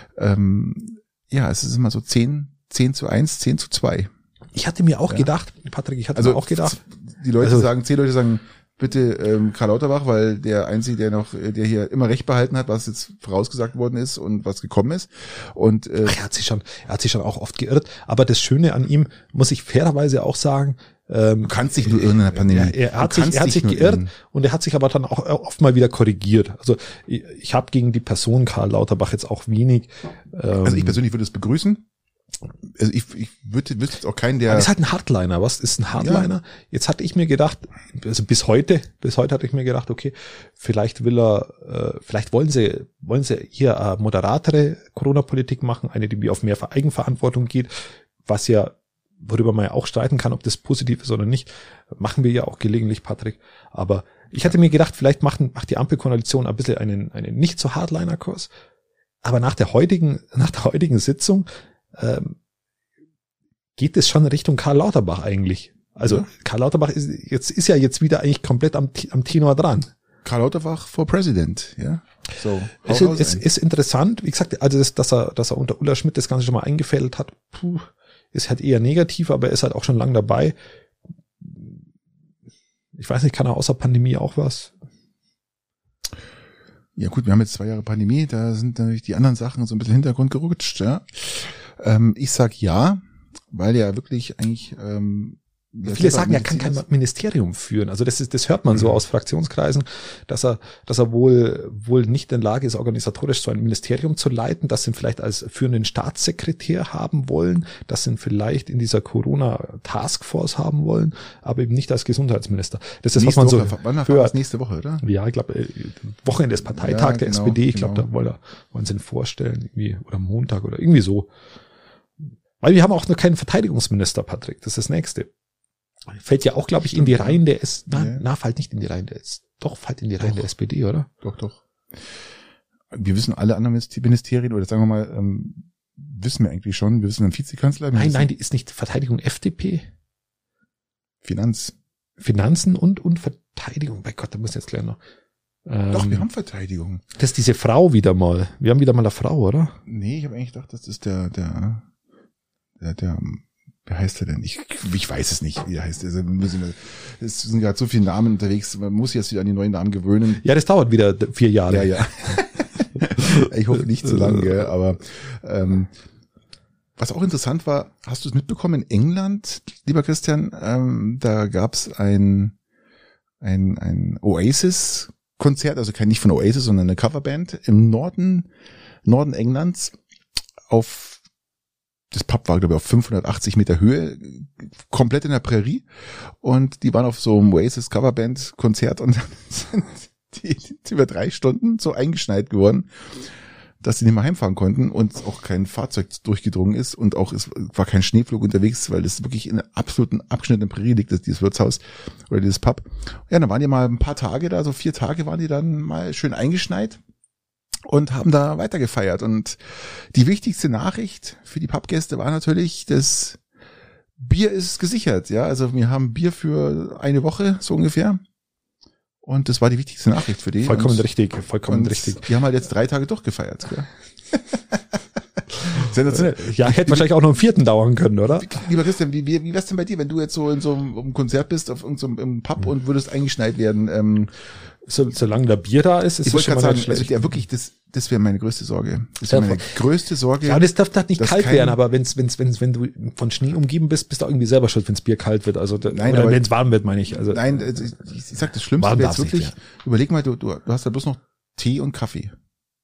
ähm, ja, es ist immer so zehn, zehn zu eins, zehn zu zwei. Ich hatte mir auch ja. gedacht, Patrick, ich hatte also mir auch gedacht. Die Leute also, sagen, zehn Leute sagen, bitte ähm, Karl Lauterbach, weil der Einzige, der noch, der hier immer recht behalten hat, was jetzt vorausgesagt worden ist und was gekommen ist. Und äh, Ach, er hat sich schon, er hat sich schon auch oft geirrt. Aber das Schöne an ihm, muss ich fairerweise auch sagen, ähm, du kannst dich nur irren in der Pandemie. Er, er hat sich, er hat sich geirrt irren. Und er hat sich aber dann auch oft mal wieder korrigiert. Also ich, ich habe gegen die Person Karl Lauterbach jetzt auch wenig. Ähm, also ich persönlich würde es begrüßen. Also ich, ich würde wüsste jetzt auch keinen, der... Aber ist halt ein Hardliner, was? Ist ein Hardliner. Ja. Jetzt hatte ich mir gedacht, also bis heute, bis heute hatte ich mir gedacht, okay, vielleicht will er, äh, vielleicht wollen sie, wollen sie hier eine moderatere Corona-Politik machen, eine, die auf mehr Eigenverantwortung geht, was ja, worüber man ja auch streiten kann, ob das positiv ist oder nicht, machen wir ja auch gelegentlich, Patrick. Aber ich hatte mir gedacht, vielleicht macht, macht die Ampelkoalition ein bisschen einen, einen nicht so Hardliner-Kurs. Aber nach der heutigen, nach der heutigen Sitzung, Ähm, geht es schon Richtung Karl Lauterbach eigentlich. Also ja. Karl Lauterbach ist jetzt ist ja jetzt wieder eigentlich komplett am, am Tenor dran. Karl Lauterbach for President, ja. So. Es ist, es ist interessant, wie gesagt, also das, dass er, dass er unter Ulla Schmidt das Ganze schon mal eingefädelt hat, puh, ist halt eher negativ, aber er ist halt auch schon lang dabei. Ich weiß nicht, kann er außer Pandemie auch was? Ja gut, wir haben jetzt zwei Jahre Pandemie, da sind natürlich die anderen Sachen so ein bisschen in den Hintergrund gerutscht, ja. Ähm, ich sag ja, weil ja wirklich eigentlich ähm, viele sagen, er kann kein Ministerium führen. Also das ist, das hört man mhm. so aus Fraktionskreisen, dass er, dass er wohl, wohl nicht in der Lage ist, organisatorisch so ein Ministerium zu leiten, dass sie ihn vielleicht als führenden Staatssekretär haben wollen, dass sie ihn vielleicht in dieser Corona-Taskforce haben wollen, aber eben nicht als Gesundheitsminister. Das ist, nächste was man Woche, so wann hört. Nächste Woche, oder? Ja, ich glaube, Wochenende des Parteitag ja, der genau, S P D. Ich glaube, genau. da wollen, wollen sie ihn vorstellen, irgendwie, oder Montag oder irgendwie so. Weil wir haben auch noch keinen Verteidigungsminister, Patrick. Das ist das Nächste. Fällt ja auch, glaube ich, in die Reihen der S, na, ja. na, fällt nicht in die Reihen der S, doch, fällt in die Reihen doch. der S P D, oder? Doch, doch. Wir wissen alle anderen Ministerien, oder sagen wir mal, ähm, wissen wir eigentlich schon, wir wissen den Vizekanzler. Nein, wissen, nein, die ist nicht Verteidigung F D P. Finanz. Finanzen und, und Verteidigung. Bei Gott, da muss jetzt gleich noch. Ähm, doch, wir haben Verteidigung. Das ist diese Frau wieder mal. Wir haben wieder mal eine Frau, oder? Nee, ich habe eigentlich gedacht, das ist der, der, der, der, wie heißt er denn? Ich, ich weiß es nicht, wie er heißt. Also, es sind gerade so viele Namen unterwegs, man muss jetzt wieder an die neuen Namen gewöhnen. Ja, das dauert wieder vier Jahre. Ja, ja. Ich hoffe nicht so lange, gell, aber ähm, was auch interessant war, hast du es mitbekommen, in England, lieber Christian, ähm, da gab's ein, ein, ein Oasis-Konzert, also kein nicht von Oasis, sondern eine Coverband im Norden, Norden Englands auf das Pub war, glaube ich, auf fünfhundertachtzig Meter Höhe, komplett in der Prärie. Und die waren auf so einem Oasis Coverband Konzert und dann sind die sind über drei Stunden so eingeschneit geworden, dass sie nicht mehr heimfahren konnten und auch kein Fahrzeug durchgedrungen ist und auch es war kein Schneepflug unterwegs, weil das wirklich in einer absoluten abgeschnittenen Prärie liegt, das, dieses Wirtshaus oder dieses Pub. Ja, dann waren die mal ein paar Tage da, so vier Tage waren die dann mal schön eingeschneit und haben da weiter gefeiert. Und die wichtigste Nachricht für die Pubgäste war natürlich, das Bier ist gesichert. Ja, also wir haben Bier für eine Woche, so ungefähr. Und das war die wichtigste Nachricht für die. Vollkommen und, richtig, vollkommen richtig. Die haben halt jetzt drei Tage durchgefeiert. Gell? Sensationell. Ja, hätte wahrscheinlich auch noch einen vierten dauern können, oder? Lieber Christian, wie, wie, wie wär's denn bei dir, wenn du jetzt so in so einem Konzert bist, auf irgendeinem so einem Pub und würdest eingeschneit werden? Ähm, so, solange da Bier da ist, ist ich es schon wollte mal gerade nicht sagen, also schlecht. ja, wirklich, das, das wäre meine größte Sorge. Das Ja, wäre meine größte Sorge. Ja, das darf halt nicht dass kalt kein- werden, aber wenn's, wenn's, wenn's, wenn du von Schnee umgeben bist, bist du auch irgendwie selber schuld, wenn's Bier kalt wird. Also, da- Nein, oder aber- wenn's warm wird, meine ich. Also, Nein, also ich, ich sag, das Schlimmste Warm wäre jetzt darf's wirklich, nicht, überleg mal, du, du, du hast da bloß noch Tee und Kaffee.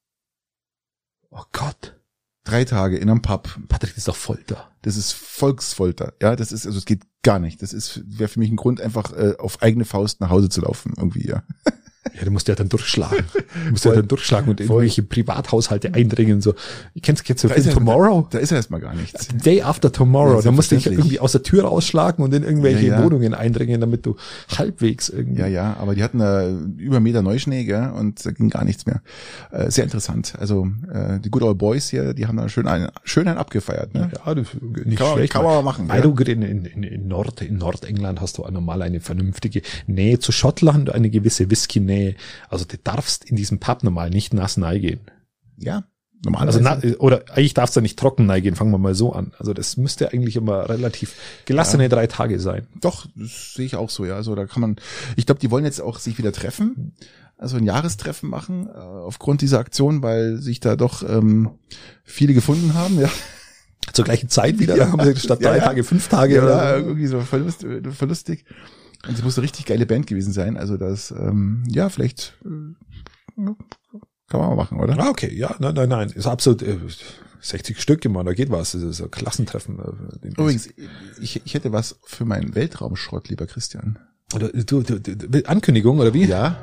oh Gott. Drei Tage in einem Pub. Patrick, das ist doch Folter. Das ist Volksfolter. Ja, das ist, also es geht gar nicht. Das ist, wäre für mich ein Grund, einfach äh, auf eigene Faust nach Hause zu laufen, irgendwie, ja. Ja, du musst ja dann durchschlagen. Du musst ja Voll. dann durchschlagen und in Voll. irgendwelche Privathaushalte eindringen. So, kennst du jetzt so Da Film ist ja- Tomorrow? Da ist ja erstmal gar nichts. Day After Tomorrow. Ja, Da musst du dich selbstverständlich. irgendwie aus der Tür rausschlagen und in irgendwelche Ja, ja. Wohnungen eindringen, damit du halbwegs irgendwie. Ja, ja, aber die hatten da über einen Meter Neuschnee, gell, und da ging gar nichts mehr. Äh, sehr interessant. Also äh, die Good Old Boys hier, die haben da schön einen, schön einen abgefeiert, ne? Ja, das ist nicht Kann man- schlecht. kann man mal machen, Weil ja. du in, in, in, in, Nord, in Nordengland hast du auch normal eine vernünftige Nähe zu Schottland, eine gewisse Whisky-Nähe. Also du darfst in diesem Pub normal nicht nass reingehen. Ja, Also normalerweise. na, oder eigentlich darfst du nicht trocken reingehen, fangen wir mal so an. Also das müsste eigentlich immer relativ gelassene Ja. drei Tage sein. Doch, das sehe ich auch so, ja. Also da kann man, ich glaube, die wollen jetzt auch sich wieder treffen, also ein Jahrestreffen machen, äh, aufgrund dieser Aktion, weil sich da doch ähm, viele gefunden haben, ja. Zur gleichen Zeit wieder, Ja. da haben sie statt Ja, drei ja. Tage fünf Tage Ja, oder so. irgendwie so verlust, äh, verlustig. Und es muss eine richtig geile Band gewesen sein. Also das, ähm, ja, vielleicht äh, ja, kann man mal machen, oder? Ah, okay, ja, nein, nein, nein. Ist absolut äh, sechzig Stück immer, da geht was. Das ist ein Klassentreffen. Äh, Übrigens, ich, ich hätte was für meinen Weltraumschrott, lieber Christian. Oder du, du, du, Ankündigung, oder wie? Ja?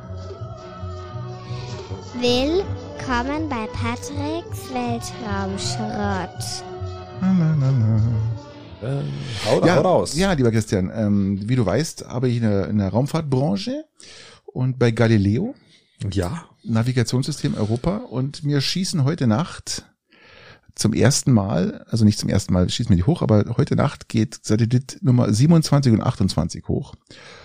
Willkommen bei Patricks Weltraumschrott. Ähm, hau, da, Ja, hau raus. ja, lieber Christian, ähm, wie du weißt, arbeite ich in der, in der Raumfahrtbranche und bei Galileo, Ja. Navigationssystem Europa, und mir schießen heute Nacht zum ersten Mal, also nicht zum ersten Mal schießen wir die hoch, aber heute Nacht geht Satellit Nummer siebenundzwanzig und achtundzwanzig hoch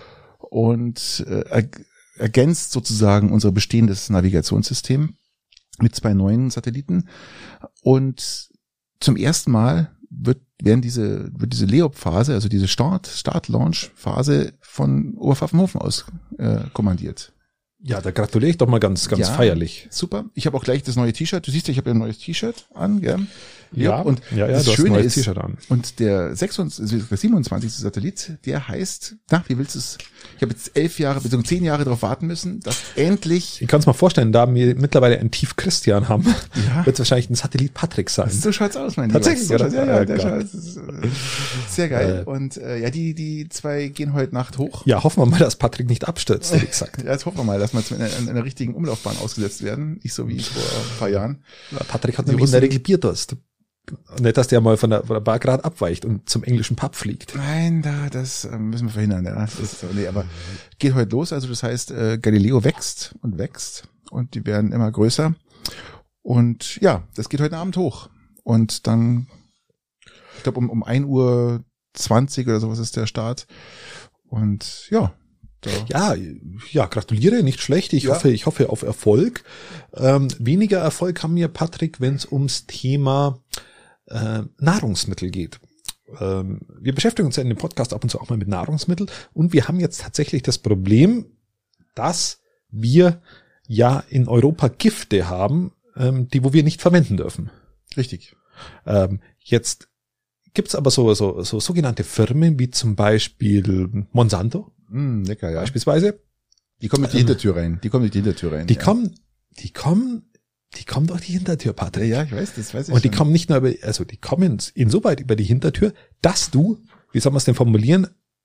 und äh, er, ergänzt sozusagen unser bestehendes Navigationssystem mit zwei neuen Satelliten, und zum ersten Mal wird werden diese wird diese Leop-Phase, also diese Start Start-Launch-Phase von Oberpfaffenhofen aus äh, kommandiert. Ja, da gratuliere ich doch mal ganz, ganz Ja. feierlich. Super. Ich habe auch gleich das neue T-Shirt. Du siehst ja, ich habe ja ein neues T-Shirt an, gell? Ja, und ja, ja, das du hast ein Schöne neues ist, T-Shirt an. und der sechsundzwanzigste, der siebenundzwanzigste Satellit, der heißt, na, wie willst du es? Ich habe jetzt elf Jahre, beziehungsweise zehn Jahre darauf warten müssen, dass endlich, Ich kann es mal vorstellen, da wir mittlerweile ein Tief Christian haben, Ja. wird es wahrscheinlich ein Satellit Patrick sein. so schaut's aus, mein Tatsächlich, Lieber. So oder? schaut's- ja, ja, Oh der Gott. schaut, das ist, äh, sehr geil. Äh. Und äh, ja, die die zwei gehen heute Nacht hoch. Ja, hoffen wir mal, dass Patrick nicht abstürzt, hätte ich gesagt. Ja, jetzt hoffen wir mal, dass wir jetzt in einer, in einer richtigen Umlaufbahn ausgesetzt werden, nicht so wie vor ein paar Jahren. Patrick hat Die nämlich in der Russen- Regel Bierdurst. Nicht, dass der mal von der, von der Bar gerade abweicht und zum englischen Pub fliegt. Nein, da das äh, müssen wir verhindern. Ja, das ist, nee, aber geht heute los. Also das heißt, äh, Galileo wächst und wächst und die werden immer größer. Und ja, das geht heute Abend hoch. Und dann, ich glaube um um ein Uhr zwanzig oder sowas ist der Start. Und ja, da, Ja, ja, gratuliere, nicht schlecht. Ich Ja. hoffe, ich hoffe auf Erfolg. Ähm, weniger Erfolg haben wir, Patrick, wenn es ums Thema äh, Nahrungsmittel geht. Ähm, wir beschäftigen uns ja in dem Podcast ab und zu auch mal mit Nahrungsmitteln, und wir haben jetzt tatsächlich das Problem, dass wir ja in Europa Gifte haben, ähm, die wo wir nicht verwenden dürfen. richtig. Ähm, jetzt gibt's aber so, so, so sogenannte Firmen wie zum Beispiel Monsanto Mm, lecker, ja. beispielsweise. Die kommen durch die Ähm, Hintertür rein. Die kommen durch die Hintertür rein. Die ja. kommen, die kommen, die kommen durch die Hintertür, Ja, Patrick. ja, ich weiß, das weiß ich Und die schon. kommen nicht nur über, also die kommen insoweit über die Hintertür, dass du, wie soll man es denn formulieren,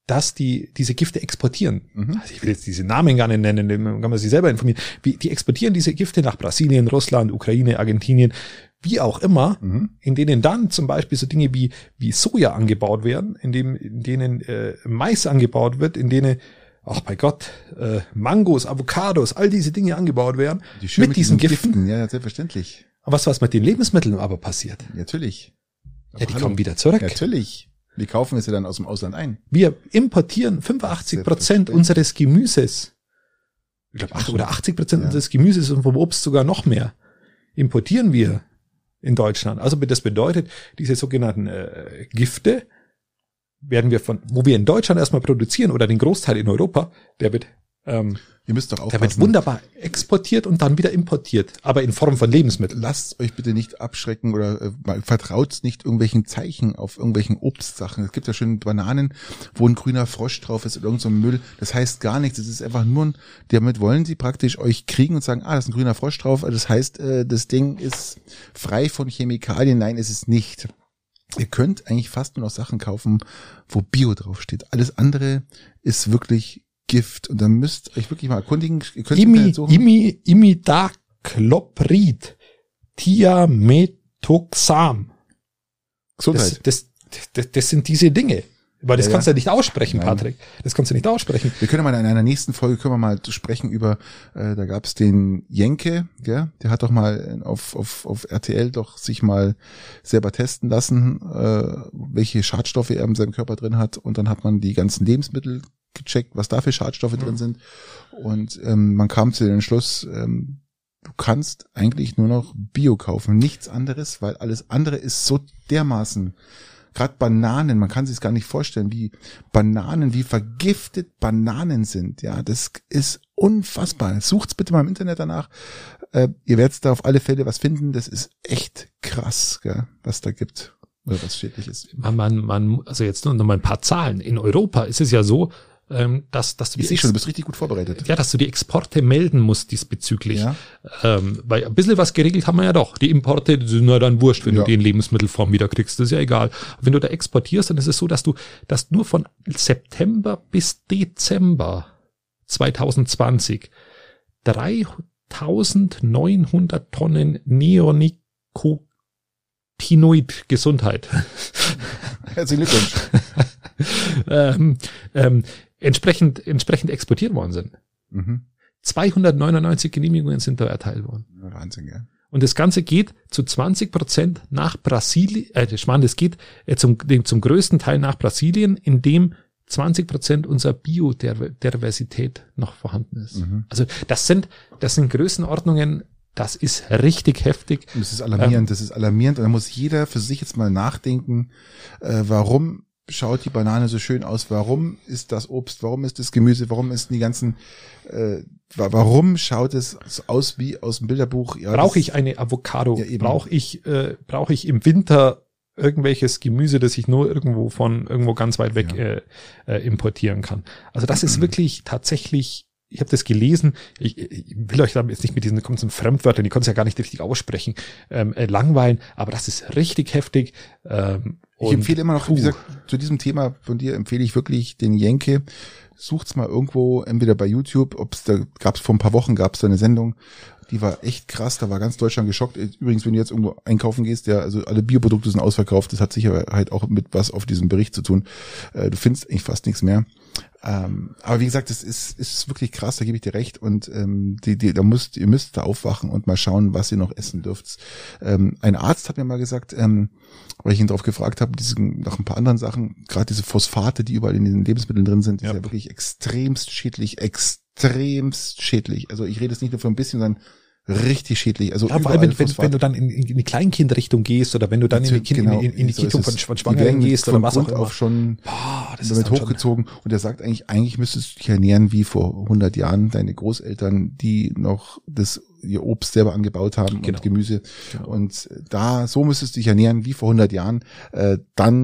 dass die diese Gifte exportieren. Mhm. Also ich will jetzt diese Namen gar nicht nennen, dann kann man sich selber informieren. Wie, die exportieren diese Gifte nach Brasilien, Russland, Ukraine, Argentinien, wie auch immer, mhm. in denen dann zum Beispiel so Dinge wie wie Soja angebaut werden, in, dem, in denen äh, Mais angebaut wird, in denen, ach bei Gott, äh, Mangos, Avocados, all diese Dinge angebaut werden, die mit, mit diesen Giften. Giften. Ja, selbstverständlich. Aber was, was mit den Lebensmitteln aber passiert? Natürlich. Aber ja, die hallo. kommen wieder zurück. Natürlich. Wir kaufen es ja dann aus dem Ausland ein. Wir importieren fünfundachtzig Prozent unseres Gemüses. Ich glaube, acht oder achtzig Prozent ja. unseres Gemüses und vom Obst sogar noch mehr importieren wir in Deutschland. Also das bedeutet, diese sogenannten äh, Gifte werden wir von, wo wir in Deutschland erstmal produzieren oder den Großteil in Europa, der wird ähm, Ihr müsst doch aufpassen. Der wird wunderbar exportiert und dann wieder importiert, aber in Form von Lebensmitteln. Lasst euch bitte nicht abschrecken oder äh, vertraut nicht irgendwelchen Zeichen auf irgendwelchen Obstsachen. Es gibt ja schon Bananen, wo ein grüner Frosch drauf ist oder irgend so ein Müll. Das heißt gar nichts. Es ist einfach nur, damit wollen sie praktisch euch kriegen und sagen, ah, da ist ein grüner Frosch drauf. Das heißt, äh, das Ding ist frei von Chemikalien. Nein, ist es nicht. Ihr könnt eigentlich fast nur noch Sachen kaufen, wo Bio draufsteht. Alles andere ist wirklich Gift. Und dann müsst euch wirklich mal erkundigen. Ihr könnt Imi, Imi, Imidacloprid, Thiamethoxam. Gesundheit. Das, das, das, das sind diese Dinge. Weil das ja, kannst du ja nicht aussprechen, Nein. Patrick. Das kannst du nicht aussprechen. Wir können mal in einer nächsten Folge können wir mal sprechen über, äh, da gab es den Jenke, gell? Der hat doch mal auf, auf, auf R T L doch sich mal selber testen lassen, äh, welche Schadstoffe er in seinem Körper drin hat. Und dann hat man die ganzen Lebensmittel gecheckt, was da für Schadstoffe mhm. drin sind. Und ähm, man kam zu dem Schluss, ähm, du kannst eigentlich nur noch Bio kaufen, nichts anderes, weil alles andere ist so dermaßen. Gerade Bananen, man kann sich es gar nicht vorstellen, wie Bananen, wie vergiftet Bananen sind. Ja, das ist unfassbar. Sucht's bitte mal im Internet danach. Äh, ihr werdet da auf alle Fälle was finden. Das ist echt krass, gell, was da gibt oder was schädlich ist. Man, man, man, also jetzt nur noch mal ein paar Zahlen. In Europa ist es ja so, dass, dass du ich sehe schon, du bist richtig gut vorbereitet. Ja, dass du die Exporte melden musst diesbezüglich. Ja. Ähm, weil ein bisschen was geregelt haben wir ja doch. Die Importe, die sind ja dann wurscht, wenn ja. du die in Lebensmittelform wieder kriegst. Das ist ja egal. Wenn du da exportierst, dann ist es so, dass du, dass nur von September bis Dezember zwanzig zwanzig dreitausendneunhundert Tonnen Neonicotinoid Gesundheit. Herzlichen Glückwunsch. ähm, ähm, entsprechend, entsprechend exportiert worden sind. Mhm. zweihundertneunundneunzig Genehmigungen sind da erteilt worden. Wahnsinn, ja. Und das Ganze geht zu zwanzig Prozent nach Brasilien, äh, das das geht äh, zum, zum größten Teil nach Brasilien, in dem zwanzig Prozent unserer Biodiversität noch vorhanden ist. Mhm. Also das sind, das sind Größenordnungen, das ist richtig heftig. Und das ist alarmierend, ähm, das ist alarmierend. Und da muss jeder für sich jetzt mal nachdenken, äh, warum schaut die Banane so schön aus? Warum ist das Obst? Warum ist das Gemüse? Warum ist die ganzen, äh, warum schaut es aus wie aus dem Bilderbuch? Ja, brauche ich eine Avocado? Ja, brauche ich, äh, brauche ich im Winter irgendwelches Gemüse, das ich nur irgendwo von irgendwo ganz weit weg ja. äh, äh, importieren kann? Also das ist wirklich tatsächlich, ich habe das gelesen, ich, ich will euch da jetzt nicht mit diesen ganzen Fremdwörtern, die konnte es ja gar nicht richtig aussprechen, ähm, äh, langweilen, aber das ist richtig heftig. Ähm, ich empfehle immer noch, wie gesagt, zu diesem Thema von dir empfehle ich wirklich den Jenke. Sucht's mal irgendwo, entweder bei YouTube, ob's da gab's vor ein paar Wochen gab's da eine Sendung, die war echt krass, da war ganz Deutschland geschockt. Übrigens, wenn du jetzt irgendwo einkaufen gehst, ja, also alle Bioprodukte sind ausverkauft, das hat sicher halt auch mit was auf diesem Bericht zu tun. Du findest eigentlich fast nichts mehr. Ähm, aber wie gesagt, das ist, ist wirklich krass, da gebe ich dir recht. Und ähm, die, die, da müsst, ihr müsst da aufwachen und mal schauen, was ihr noch essen dürft. Ähm, ein Arzt hat mir mal gesagt, ähm, weil ich ihn darauf gefragt habe, diese, nach ein paar anderen Sachen, gerade diese Phosphate, die überall in den Lebensmitteln drin sind, ja. ist ja wirklich extremst schädlich, extremst schädlich. Also ich rede jetzt nicht nur von ein bisschen, sondern richtig schädlich. Also ja, vor allem, wenn, wenn, wenn du dann in, in die Kleinkindrichtung gehst oder wenn du dann in die, kind, genau, in, in die so Kita von, von Schwangeren gehst oder was auch immer. Auf schon Boah, das damit ist hochgezogen. Schon. Und er sagt eigentlich, eigentlich müsstest du dich ernähren wie vor hundert Jahren deine Großeltern, die noch das ihr Obst selber angebaut haben genau. und Gemüse. Genau. Und da, so müsstest du dich ernähren wie vor hundert Jahren. Äh, dann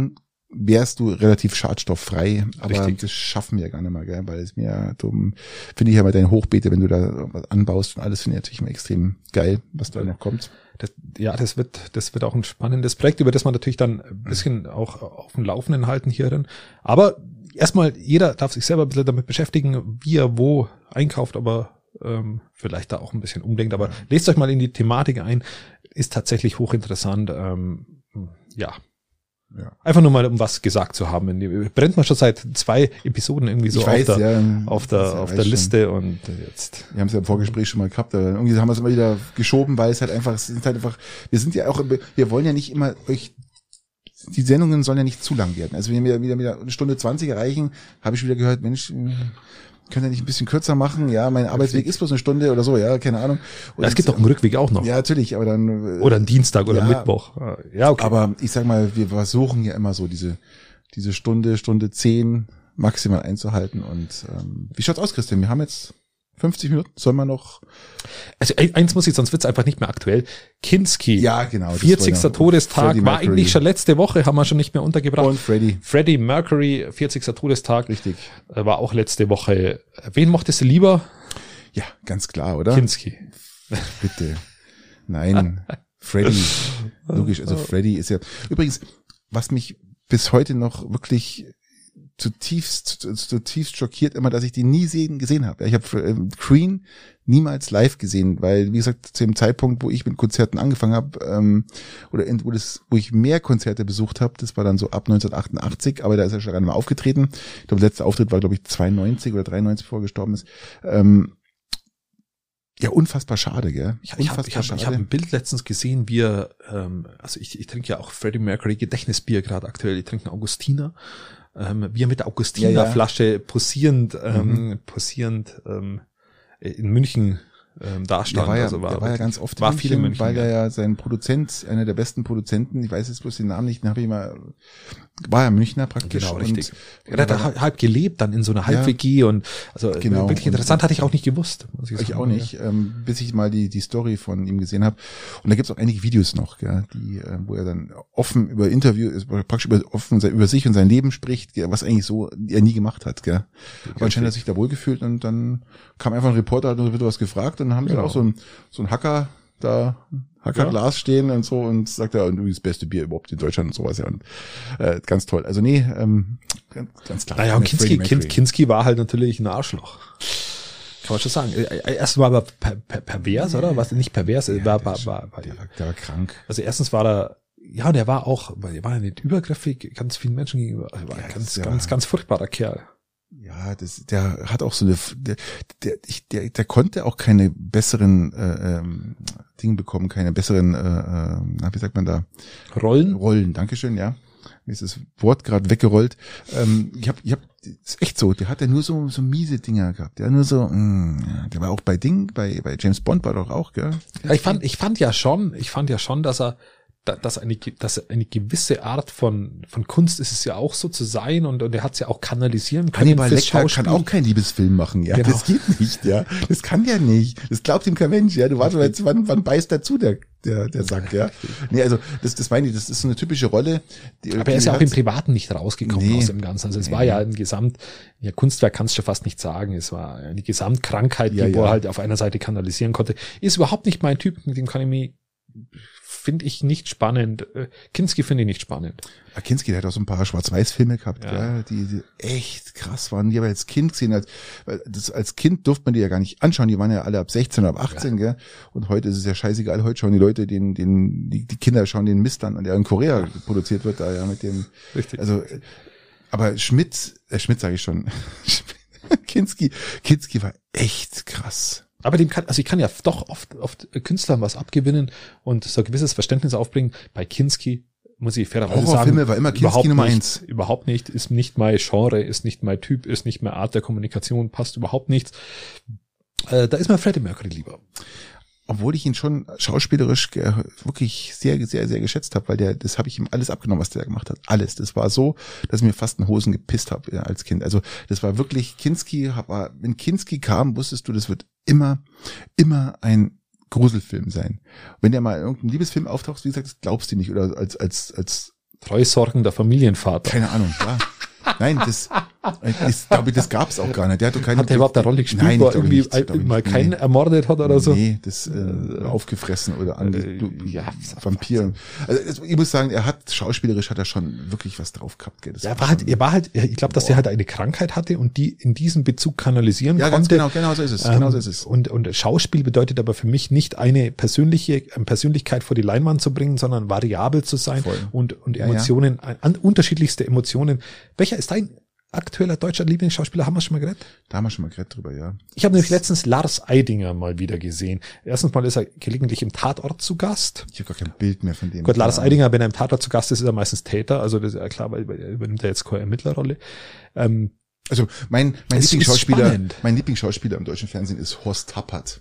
wärst du relativ schadstofffrei, aber Richtig. das schaffen wir gar nicht mal, gell, weil es mir ja dumm, finde ich ja mal deine Hochbeete, wenn du da was anbaust und alles, finde ich natürlich immer extrem geil, was da noch kommt. Das, ja, das wird, das wird auch ein spannendes Projekt, über das man natürlich dann ein bisschen auch auf dem Laufenden halten hierin. Aber erstmal, jeder darf sich selber ein bisschen damit beschäftigen, wie er wo einkauft, aber ähm, vielleicht da auch ein bisschen umdenkt. Aber lest euch mal in die Thematik ein, ist tatsächlich hochinteressant. Ähm, ja. Ja. Einfach nur mal, um was gesagt zu haben. Brennt man schon seit zwei Episoden irgendwie so Ich auf weiß, der, ja, auf der, das auf weiß der schon. Liste und jetzt. Wir haben es ja im Vorgespräch schon mal gehabt, aber irgendwie haben wir es immer wieder geschoben, weil es halt einfach, es sind halt einfach, wir sind ja auch, wir wollen ja nicht immer euch, die Sendungen sollen ja nicht zu lang werden. Also wenn wir wieder, wieder eine Stunde zwanzig erreichen, habe ich wieder gehört, Mensch, könnt ihr nicht ein bisschen kürzer machen? Ja, mein Arbeitsweg ist bloß eine Stunde oder so, ja, keine Ahnung. Und Ja, es gibt doch einen Rückweg auch noch. Ja, natürlich, aber dann. Oder einen Dienstag oder ja, Mittwoch. Ja, okay. Aber ich sag mal, wir versuchen ja immer so diese, diese Stunde, Stunde zehn maximal einzuhalten. Und ähm, wie schaut's aus, Christian? Wir haben jetzt fünfzig Minuten, sollen wir noch? Also eins muss ich, sonst wird's einfach nicht mehr aktuell. Kinski. Ja, genau. vierzigster Todestag, Freddie war Mercury. eigentlich schon letzte Woche, haben wir schon nicht mehr untergebracht. Und Freddie. Freddie Mercury, vierzigster Todestag. Richtig. äh, War auch letzte Woche. Wen mochtest du lieber? Ja, ganz klar, oder? Kinski. Bitte. Nein. Freddie. Logisch, also Freddie ist ja. Übrigens, was mich bis heute noch wirklich zutiefst, zutiefst schockiert immer, dass ich die nie sehen, gesehen habe. Ich habe Queen niemals live gesehen, weil, wie gesagt, zu dem Zeitpunkt, wo ich mit Konzerten angefangen habe, ähm, oder in, wo, das, wo ich mehr Konzerte besucht habe, das war dann so ab neunzehnhundertachtundachtzig, aber da ist er schon gar nicht mehr aufgetreten. Ich glaube, der letzte Auftritt war, glaube ich, zweiundneunzig oder dreiundneunzig, bevor er gestorben ist. Ähm, ja, unfassbar schade, gell? Ich, ich habe Unfassbar ich hab, schade. ich hab ein Bild letztens gesehen, wie er, ähm, also ich, ich trinke ja auch Freddie Mercury Gedächtnisbier gerade aktuell, ich trinke einen Augustiner, ähm, wie er mit der Augustiner-Flasche posierend, ähm, Mhm. posierend ähm, in München ähm, dastand. Der war ja, also war, der war ja ganz oft war in viel in München, München, weil ja. er ja sein Produzent, einer der besten Produzenten, ich weiß jetzt bloß den Namen nicht, den habe ich mal, war ja Münchner praktisch. Genau, und, richtig. Und Er hat da halb gelebt, dann in so einer Halb-W G und also Genau. wirklich interessant, hatte ich auch nicht gewusst. Muss ich Ich sagen. auch nicht, ähm, bis ich mal die die Story von ihm gesehen habe. Und da gibt's auch einige Videos noch, gell, die, äh, wo er dann offen über Interview, praktisch über offen über sich und sein Leben spricht, gell, was eigentlich so er nie gemacht hat, gell. Aber anscheinend hat er sich da wohlgefühlt und dann kam einfach ein Reporter, hat uns was gefragt und dann haben sie Genau. auch so ein so ein Hacker da Hackerglas stehen und so und sagt er, und du das beste Bier überhaupt in Deutschland und sowas, ja, und äh, ganz toll. Also nee, ähm, ganz, ganz klar. Naja, und Freddie Kinski, Mercury. Kin, Kinski war halt natürlich ein Arschloch. Kann man schon sagen. Erstens war er aber per, per, pervers, oder? Was nicht pervers, Ja, war, der war, ist war, schon- war, der, war- der war krank. also erstens war er, ja, der war auch, der war ja nicht übergriffig, ganz vielen Menschen gegenüber. Also war Ja, ein das ganz, ist ja- ganz, ganz furchtbarer Kerl. Ja, das, der hat auch so eine, der, der, ich, der, der konnte auch keine besseren äh, ähm, Dinge bekommen, keine besseren, äh, äh, na, wie sagt man da? Rollen? Rollen. Dankeschön, ja. Mir ist das Wort gerade weggerollt. Ähm, ich habe, ich habe, ist echt so. Der hat ja nur so so miese Dinger gehabt. Der hat nur so, mh, ja, der war auch bei Ding, bei bei James Bond war doch auch, gell? Ja, ich fand, ich fand ja schon, ich fand ja schon, dass er, da- dass eine, dass eine gewisse Art von, von Kunst ist es ja auch so zu sein und, und er hat es ja auch kanalisieren können Hannibal fürs Lecter Schauspiel. kann auch keinen Liebesfilm machen, ja. Genau. Das geht nicht, ja. Das kann ja nicht. Das glaubt ihm kein Mensch, ja. Du wartest jetzt, wann, wann beißt dazu der, der, der Sack, ja. Nee, also, das, das meine ich, das ist so eine typische Rolle. Die, Aber er ist ja auch hat- im Privaten nicht rausgekommen Nee. aus dem Ganzen. Also es Nee. war ja ein Gesamt, ja, Kunstwerk kannst du fast nicht sagen. Es war eine Gesamtkrankheit, Ja, die wo ja. er halt auf einer Seite kanalisieren konnte. Ist überhaupt nicht mein Typ, mit dem kann ich mich, finde ich nicht spannend. Äh, Kinski finde ich nicht spannend. Kinski, der hat auch so ein paar Schwarz-Weiß-Filme gehabt, Ja. ja, die, die echt krass waren. Die aber als Kind gesehen hat. Weil das, als Kind durfte man die ja gar nicht anschauen. Die waren ja alle ab sechzehn oder ab achtzehn, gell. Und heute ist es ja scheißegal. Heute schauen die Leute den, den, die, die Kinder schauen den Mist an, der in Korea produziert wird, da ja mit dem. Richtig. Also, äh, aber Schmidt, äh, Schmidt sage ich schon. Kinski, Kinski war echt krass. Aber dem kann, also ich kann ja doch oft, oft Künstlern was abgewinnen und so ein gewisses Verständnis aufbringen. Bei Kinski muss ich fairerweise sagen. Horrorfilme war immer Kinski überhaupt Nummer nicht, eins. Überhaupt nicht, ist nicht mein Genre, ist nicht mein Typ, ist nicht meine Art der Kommunikation, passt überhaupt nichts. Äh, da ist mir Freddie Mercury lieber. Obwohl ich ihn schon schauspielerisch ge- wirklich sehr, sehr, sehr geschätzt habe, weil der, das habe ich ihm alles abgenommen, was der gemacht hat. Alles. Das war so, dass ich mir fast in Hosen gepisst habe ja, als Kind. Also das war wirklich Kinski, aber wenn Kinski kam, wusstest du, das wird immer, immer ein Gruselfilm sein. Wenn der mal in irgendeinem Liebesfilm auftaucht, wie gesagt, das glaubst du nicht. Oder als, als, als treusorgender Familienvater. Keine Ahnung, ja. Nein, das, das glaube ich, das gab's auch gar nicht. Der hat doch keine. Hat der überhaupt eine Rolle gespielt, Nein, wo er glaube irgendwie ich nicht, glaube ich mal nicht. keinen Nee. ermordet hat oder so? Nee, das äh, aufgefressen oder an Äh, du, ja, Vampir. Also es- ich muss sagen, er hat schauspielerisch hat er schon wirklich was drauf gehabt. Gell? Das Ja, er war halt, schon- er war halt, ich glaube, dass er halt eine Krankheit hatte und die in diesem Bezug kanalisieren ja, ganz konnte. genau, genau so ist es. Genau so ist es. Und, und Schauspiel bedeutet aber für mich nicht eine persönliche eine Persönlichkeit vor die Leinwand zu bringen, sondern variabel zu sein Voll. und, und Ja, ja. Emotionen, an, unterschiedlichste Emotionen. Welcher ist dein aktueller deutscher Lieblingsschauspieler? Haben wir schon mal geredet? Da haben wir schon mal geredet drüber, ja. Ich habe nämlich letztens Lars Eidinger mal wieder gesehen. Erstens mal ist er gelegentlich im Tatort zu Gast. Ich habe gar kein Bild mehr von dem. Gott, Lars Ja. Eidinger, wenn er im Tatort zu Gast ist, ist er meistens Täter. Also das ist ja klar, weil er übernimmt er jetzt keine Ermittlerrolle. Ähm, Also mein, mein Es ist Lieblingsschauspieler, spannend. mein Lieblingsschauspieler im deutschen Fernsehen ist Horst Tappert.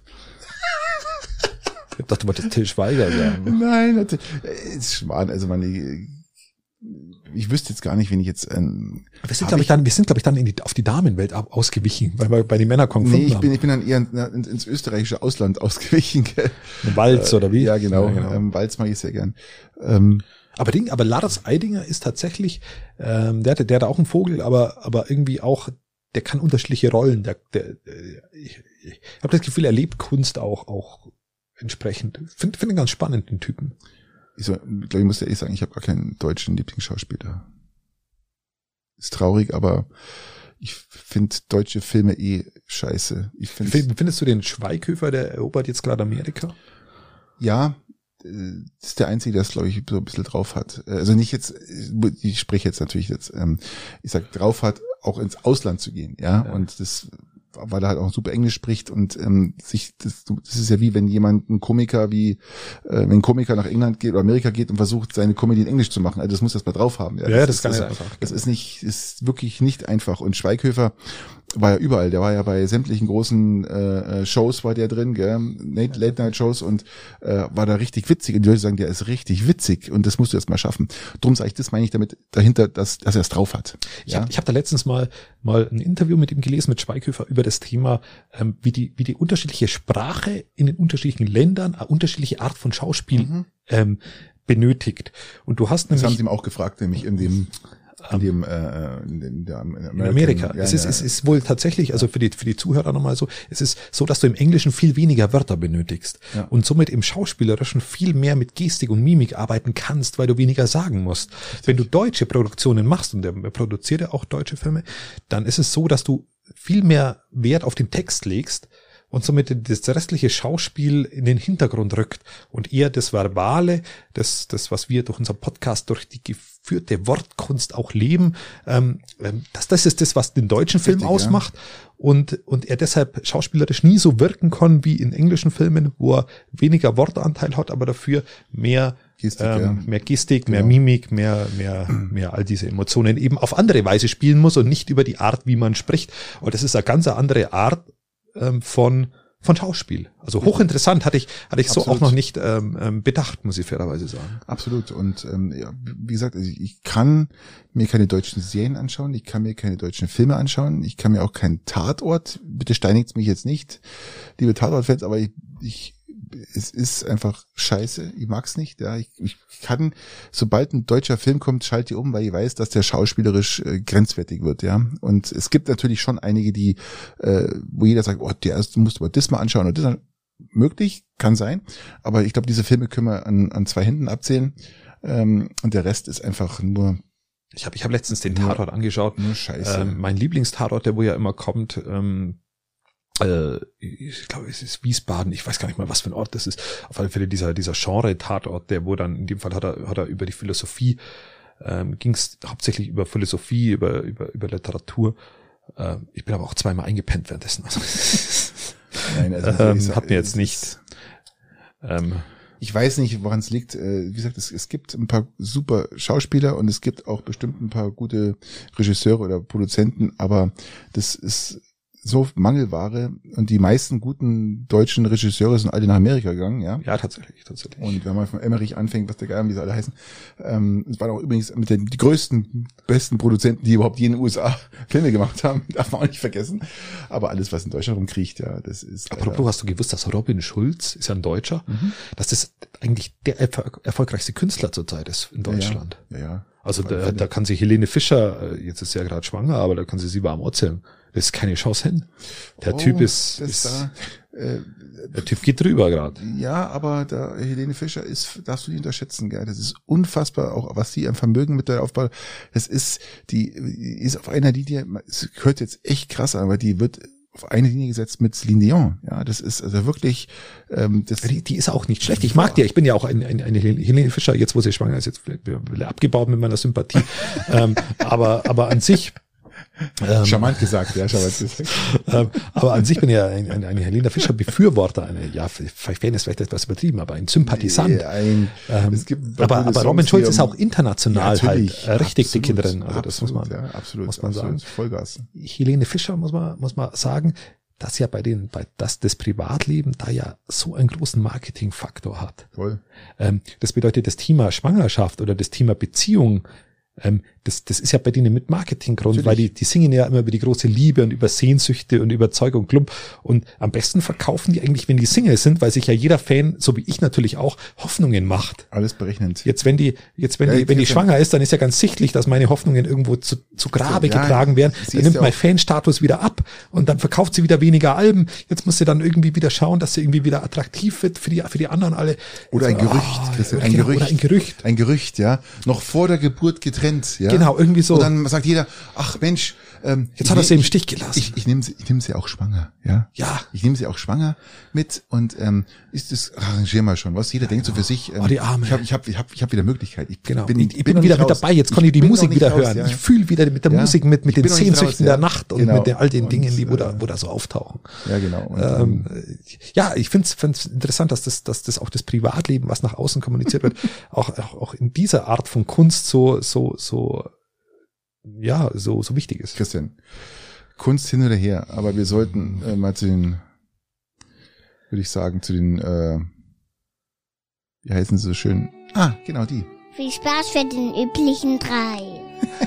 ich dachte, du wolltest Till Schweiger sagen. Nein, das ist Schmarrn. Also man, ich, ich wüsste jetzt gar nicht, wenn ich jetzt ähm, Wir sind, hab glaube ich, ich- dann, wir sind, glaube ich, dann in die, auf die Damenwelt ab- ausgewichen, weil wir bei den Männern kommen. Nee, ich bin, ich bin dann eher ins, ins österreichische Ausland ausgewichen. Gell? Walz oder wie? Ja, genau. Ja, genau. Ähm, Walz mag ich sehr gern. Ähm, Aber Ding, aber Lars Eidinger ist tatsächlich, ähm, der, der hat auch einen Vogel, aber, aber irgendwie auch, der kann unterschiedliche Rollen. Der, der, der ich, ich habe das Gefühl, er lebt Kunst auch, auch entsprechend. Finde finde ihn ganz spannend, den Typen. ich, so, ich glaube, ich muss ja eh sagen, ich habe gar keinen deutschen Lieblingsschauspieler. Ist traurig, aber ich finde deutsche Filme eh scheiße. Ich finde Find- Findest du den Schweighöfer, der erobert jetzt gerade Amerika? ja, äh, das ist der Einzige, der es, glaube ich, so ein bisschen drauf hat. Äh, Also nicht jetzt, äh, ich spreche jetzt natürlich jetzt, ähm, ich sag drauf hat, auch ins Ausland zu gehen, ja, Ja. und das, weil er halt auch super Englisch spricht und ähm, sich, das, das ist ja wie wenn jemand, ein Komiker wie, äh, wenn ein Komiker nach England geht oder Amerika geht und versucht, seine Comedy in Englisch zu machen, also das muss er mal drauf haben. Ja, das ist, kann das, er einfach. Das ist nicht, ist wirklich nicht einfach. Und Schweighöfer war ja überall, der war ja bei sämtlichen großen äh, Shows war der drin, gell? Late-Night-Shows und äh, war da richtig witzig. Und die Leute sagen, der ist richtig witzig und das musst du erst mal schaffen. Drum sage ich, das meine ich damit dahinter, dass, dass er es drauf hat. Ich Ja? habe ich hab da letztens mal mal ein Interview mit ihm gelesen, mit Schweighöfer, über das Thema, ähm, wie die wie die unterschiedliche Sprache in den unterschiedlichen Ländern eine unterschiedliche Art von Schauspiel Mhm. ähm, benötigt. Und du hast Das haben nämlich sie ihm auch gefragt, nämlich in dem in dem äh, in, in, der, in, in Amerika. Ja, es ist ja. es ist wohl tatsächlich, also für die für die Zuhörer nochmal so, es ist so, dass du im Englischen viel weniger Wörter benötigst Ja. und somit im Schauspielerischen viel mehr mit Gestik und Mimik arbeiten kannst, weil du weniger sagen musst. Wenn du deutsche Produktionen machst, und er produziert ja auch deutsche Filme, dann ist es so, dass du viel mehr Wert auf den Text legst und somit das restliche Schauspiel in den Hintergrund rückt und eher das Verbale, das, das was wir durch unseren Podcast, durch die geführte Wortkunst auch leben, ähm, ähm, das, das ist das, was den deutschen Film Richtig, ja. ausmacht und, und er deshalb schauspielerisch nie so wirken kann wie in englischen Filmen, wo er weniger Wortanteil hat, aber dafür mehr Gestik, ähm, ja. mehr Gestik, mehr Genau. Mimik, mehr, mehr, mehr all diese Emotionen eben auf andere Weise spielen muss und nicht über die Art, wie man spricht. Und das ist eine ganz andere Art ähm, von von Schauspiel. Also hochinteressant, hatte ich hatte ich so Absolut. auch noch nicht ähm, ähm, bedacht, muss ich fairerweise sagen. Absolut. Und ähm, ja, wie gesagt, also ich, ich kann mir keine deutschen Serien anschauen, ich kann mir keine deutschen Filme anschauen, ich kann mir auch keinen Tatort, bitte steinigt mich jetzt nicht, liebe Tatort-Fans, aber ich, ich es ist einfach scheiße, ich mag's nicht, ja, ich, ich kann, sobald ein deutscher Film kommt, schalte ich um, weil ich weiß, dass der schauspielerisch äh, grenzwertig wird, ja, und es gibt natürlich schon einige, die, äh, wo jeder sagt, oh, der ist, du musst aber das mal anschauen und das an- möglich, kann sein, aber ich glaube, diese Filme können wir an, an zwei Händen abzählen, ähm, und der Rest ist einfach nur, Ich habe ich hab letztens den Nur- Tatort angeschaut. nur Scheiße. Ähm, mein Lieblingstatort, der wo ja immer kommt, ähm, äh, ich glaube, es ist Wiesbaden, ich weiß gar nicht mal, was für ein Ort das ist. Auf alle Fälle dieser, dieser Genre-Tatort, der wo dann, in dem Fall hat er, hat er über die Philosophie, ähm, ging es hauptsächlich über Philosophie, über, über, über Literatur. Ähm, ich bin aber auch zweimal eingepennt währenddessen. Also, Nein, also, ähm, ich sag, hat mir jetzt es nicht, ist- ähm, Ich weiß nicht, woran es liegt. Äh, Wie gesagt, es, es gibt ein paar super Schauspieler und es gibt auch bestimmt ein paar gute Regisseure oder Produzenten, aber das ist so Mangelware und die meisten guten deutschen Regisseure sind alle nach Amerika gegangen, ja. ja, tatsächlich, tatsächlich. Und wenn man von Emmerich anfängt, was der Geil, wie sie alle heißen, ähm, es waren auch übrigens mit den die größten, besten Produzenten, die überhaupt je in den U S A Filme gemacht haben, darf man auch nicht vergessen. Aber alles, was in Deutschland rumkriecht, ja, das ist. Apropos, hast du gewusst, dass Robin Schulz, ist ja ein Deutscher, Mhm. dass das eigentlich der erfol- erfolgreichste Künstler zurzeit ist in Deutschland. Ja, ja. Also da, da kann sich Helene Fischer, jetzt ist sie ja gerade schwanger, aber da kann sie sie warm erzählen. Das ist keine Chance hin. Der oh, Typ ist, ist da, äh, der Typ geht drüber gerade. Ja, aber da Helene Fischer ist, darfst du nicht unterschätzen, gell? Das ist unfassbar, auch was sie an Vermögen mit der aufbaut. Das ist, die ist auf einer Linie, es hört jetzt echt krass an, aber die wird auf eine Linie gesetzt mit Celine Dion. Ja, das ist also wirklich, ähm, das die, die ist auch nicht schlecht. Ich mag die. Ich bin ja auch eine, eine, eine Helene Fischer. Jetzt, wo sie schwanger ist, jetzt vielleicht abgebaut mit meiner Sympathie. ähm, aber, aber an sich. Ähm, charmant gesagt, ja, charmant gesagt. ähm, aber an sich bin ich ja ein, ein, eine Helene Fischer Befürworter, eine, ja, Fan ist vielleicht etwas übertrieben, aber ein Sympathisant. Ein, ähm, es gibt aber, aber Robin Schulz ist auch international ja, halt äh, richtig absolut, dicke drin. Also absolut, das muss man, ja, absolut, muss man absolut, sagen. Vollgas. Helene Fischer muss man, muss man sagen, dass ja bei den, bei das, das Privatleben da ja so einen großen Marketingfaktor hat. Voll. Ähm, das bedeutet, das Thema Schwangerschaft oder das Thema Beziehung, Ähm, das, das ist ja bei denen mit Marketinggrund, natürlich. Weil die, die singen ja immer über die große Liebe und über Sehnsüchte und Überzeugung Klump. Und am besten verkaufen die eigentlich, wenn die Single sind, weil sich ja jeder Fan, so wie ich natürlich auch, Hoffnungen macht. Alles berechnend. Jetzt, wenn die, jetzt, wenn ja, die, wenn die schwanger ist, dann ist ja ganz sichtlich, dass meine Hoffnungen irgendwo zu, zu Grabe so, ja, getragen werden. Dann nimmt mein Fanstatus wieder ab und dann verkauft sie wieder weniger Alben. Jetzt muss sie dann irgendwie wieder schauen, dass sie irgendwie wieder attraktiv wird für die, für die anderen alle. Oder ein Gerücht, oh, Christian, ein genau, Gerücht. Oder ein Gerücht. Ein Gerücht, ja. Noch vor der Geburt getrennt, ja. Genau, irgendwie so. Und dann sagt jeder, ach Mensch, ähm, jetzt hat er sie im Stich gelassen. Ich, ich nehme sie, ich nehme sie auch schwanger, ja. Ja. Ich nehme sie auch schwanger mit und ähm, ist das arrangier mal schon, was jeder ja, denkt so für sich. Ähm, oh, die Arme. Ich habe, ich habe, ich habe, ich habe wieder Möglichkeit. Ich genau. bin, ich, ich bin, bin wieder mit dabei. Jetzt kann ich, ich die Musik wieder raus, hören. Ja. Ich fühle wieder mit der ja. Musik, mit mit den Sehnsüchten raus, ja. der Nacht und genau. mit den, all den und, Dingen, die wo da, wo da so auftauchen. Ja, genau. Und, ähm, ja, ich finde es interessant, dass das, dass das auch das Privatleben, was nach außen kommuniziert wird, auch, auch auch in dieser Art von Kunst so so so ja, so, so wichtig ist. Christian, Kunst hin oder her, aber wir sollten äh, mal zu den, würde ich sagen, zu den, äh, wie heißen sie so schön? Ah, genau, die. Viel Spaß für den üblichen drei.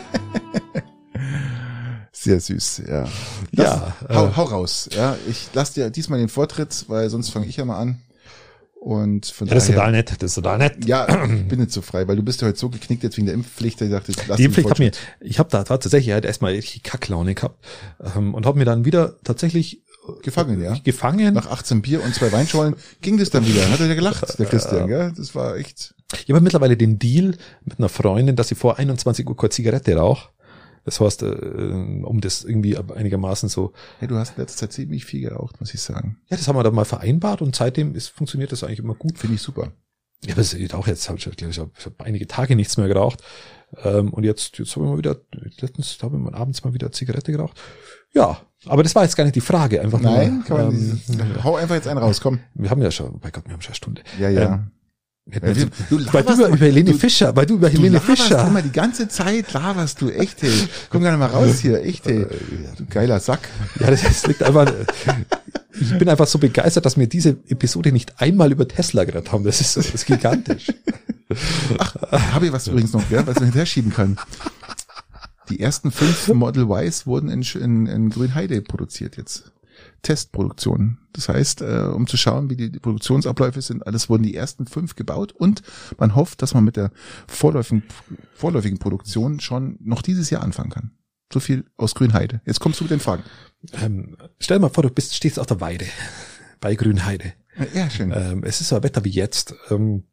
Sehr süß, ja. Das, ja. Hau, äh, hau raus, ja. Ich lass dir diesmal den Vortritt, weil sonst fange ich ja mal an. Und von ja, das ist total nett, das ist total nett. Ja, ich bin nicht so frei, weil du bist ja heute so geknickt jetzt wegen der Impfpflicht, dass ich dachte, lass die Impfpflicht hat mir, ich habe da tatsächlich halt erstmal richtig Kacklaune gehabt ähm, und habe mir dann wieder tatsächlich gefangen, ja. Gefangen. Nach achtzehn Bier und zwei Weinschollen ging das dann wieder. Hat er ja gelacht, der Christian, gell? Das war echt. Ich habe mittlerweile den Deal mit einer Freundin, dass sie vor einundzwanzig Uhr kurz Zigarette raucht. Das heißt, um das irgendwie einigermaßen so. Hey, du hast in letzter Zeit ziemlich viel geraucht, muss ich sagen. Ja, das haben wir dann mal vereinbart und seitdem ist, funktioniert das eigentlich immer gut. Finde ich super. Ja, das ist auch jetzt, habe ich, ich habe hab einige Tage nichts mehr geraucht. Und jetzt, jetzt habe ich mal wieder, letztens habe ich mal abends mal wieder Zigarette geraucht. Ja, aber das war jetzt gar nicht die Frage. Einfach Nein, nur, kann man ähm, nicht. Hau einfach jetzt einen raus, komm. Wir haben ja schon, bei Gott, wir haben schon eine Stunde. Ja, ja. Ähm, Ja, du, du weil du über, über Helene du, Fischer, weil du über Helene du Fischer. immer die ganze Zeit laberst du, echt, hey. Komm gar nicht mal raus hier, echt, hey. Du geiler Sack. Ja, das, das liegt einfach, ich bin einfach so begeistert, dass wir diese Episode nicht einmal über Tesla geredet haben. Das ist, das ist gigantisch. Ach, habe ich was übrigens noch, gell, was man hinterher schieben kann. Die ersten fünf Model Ys wurden in, in, in Grünheide produziert jetzt. Testproduktion. Das heißt, äh, um zu schauen, wie die, die Produktionsabläufe sind, alles wurden die ersten fünf gebaut und man hofft, dass man mit der vorläufigen, vorläufigen Produktion schon noch dieses Jahr anfangen kann. So viel aus Grünheide. Jetzt kommst du mit den Fragen. Ähm, stell dir mal vor, du bist, stehst auf der Weide bei Grünheide. Ja, schön. Ähm, es ist so ein Wetter wie jetzt. Ähm,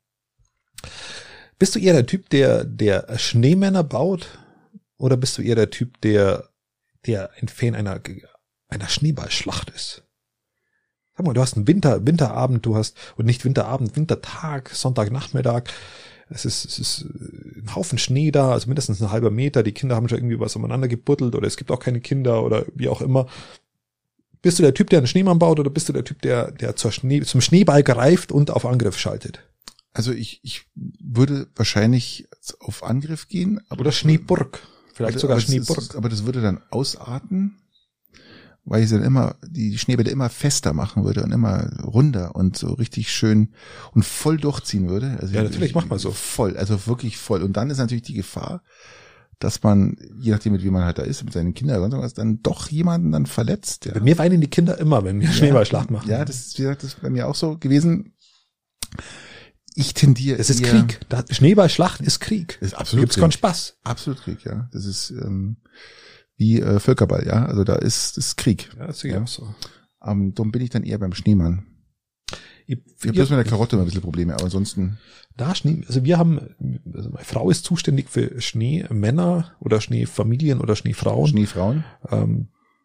bist du eher der Typ, der, der Schneemänner baut oder bist du eher der Typ, der, der ein Fan einer einer Schneeballschlacht ist? Sag mal, du hast einen Winter, Winterabend, du hast, und nicht Winterabend, Wintertag, Sonntagnachmittag. Es ist, es ist ein Haufen Schnee da, also mindestens ein halber Meter. Die Kinder haben schon irgendwie was umeinander gebuddelt oder es gibt auch keine Kinder oder wie auch immer. Bist du der Typ, der einen Schneemann baut oder bist du der Typ, der, der zur Schnee, zum Schneeball greift und auf Angriff schaltet? Also ich, ich würde wahrscheinlich auf Angriff gehen. Aber oder Schneeburg. Vielleicht sogar aber Schneeburg. Ist, aber das würde dann ausarten, weil ich dann immer die Schneebälle immer fester machen würde und immer runder und so richtig schön und voll durchziehen würde. Also ja, natürlich, ich, mach mal so. Voll, also wirklich voll. Und dann ist natürlich die Gefahr, dass man, je nachdem mit wie man halt da ist, mit seinen Kindern oder was, dann doch jemanden dann verletzt. Ja. Bei mir weinen die Kinder immer, wenn wir ja, Schneeballschlacht machen. Ja, das ist, wie gesagt, das ist bei mir auch so gewesen. Ich tendiere Es ist eher, Krieg. Da, Schneeballschlachten ist Krieg. Das ist absolut Gibt's Krieg. keinen Spaß. Absolut Krieg, ja. Das ist ähm, wie äh, Völkerball, ja. Also da ist das ist Krieg. Ja, das sehe ich Ja. auch so. Ähm, darum bin ich dann eher beim Schneemann. Ich, Ich habe bloß mit der Karotte immer ein bisschen Probleme, aber ansonsten. Da Schnee, also wir haben, also meine Frau ist zuständig für Schneemänner oder Schneefamilien oder Schneefrauen. Schneefrauen. Ähm,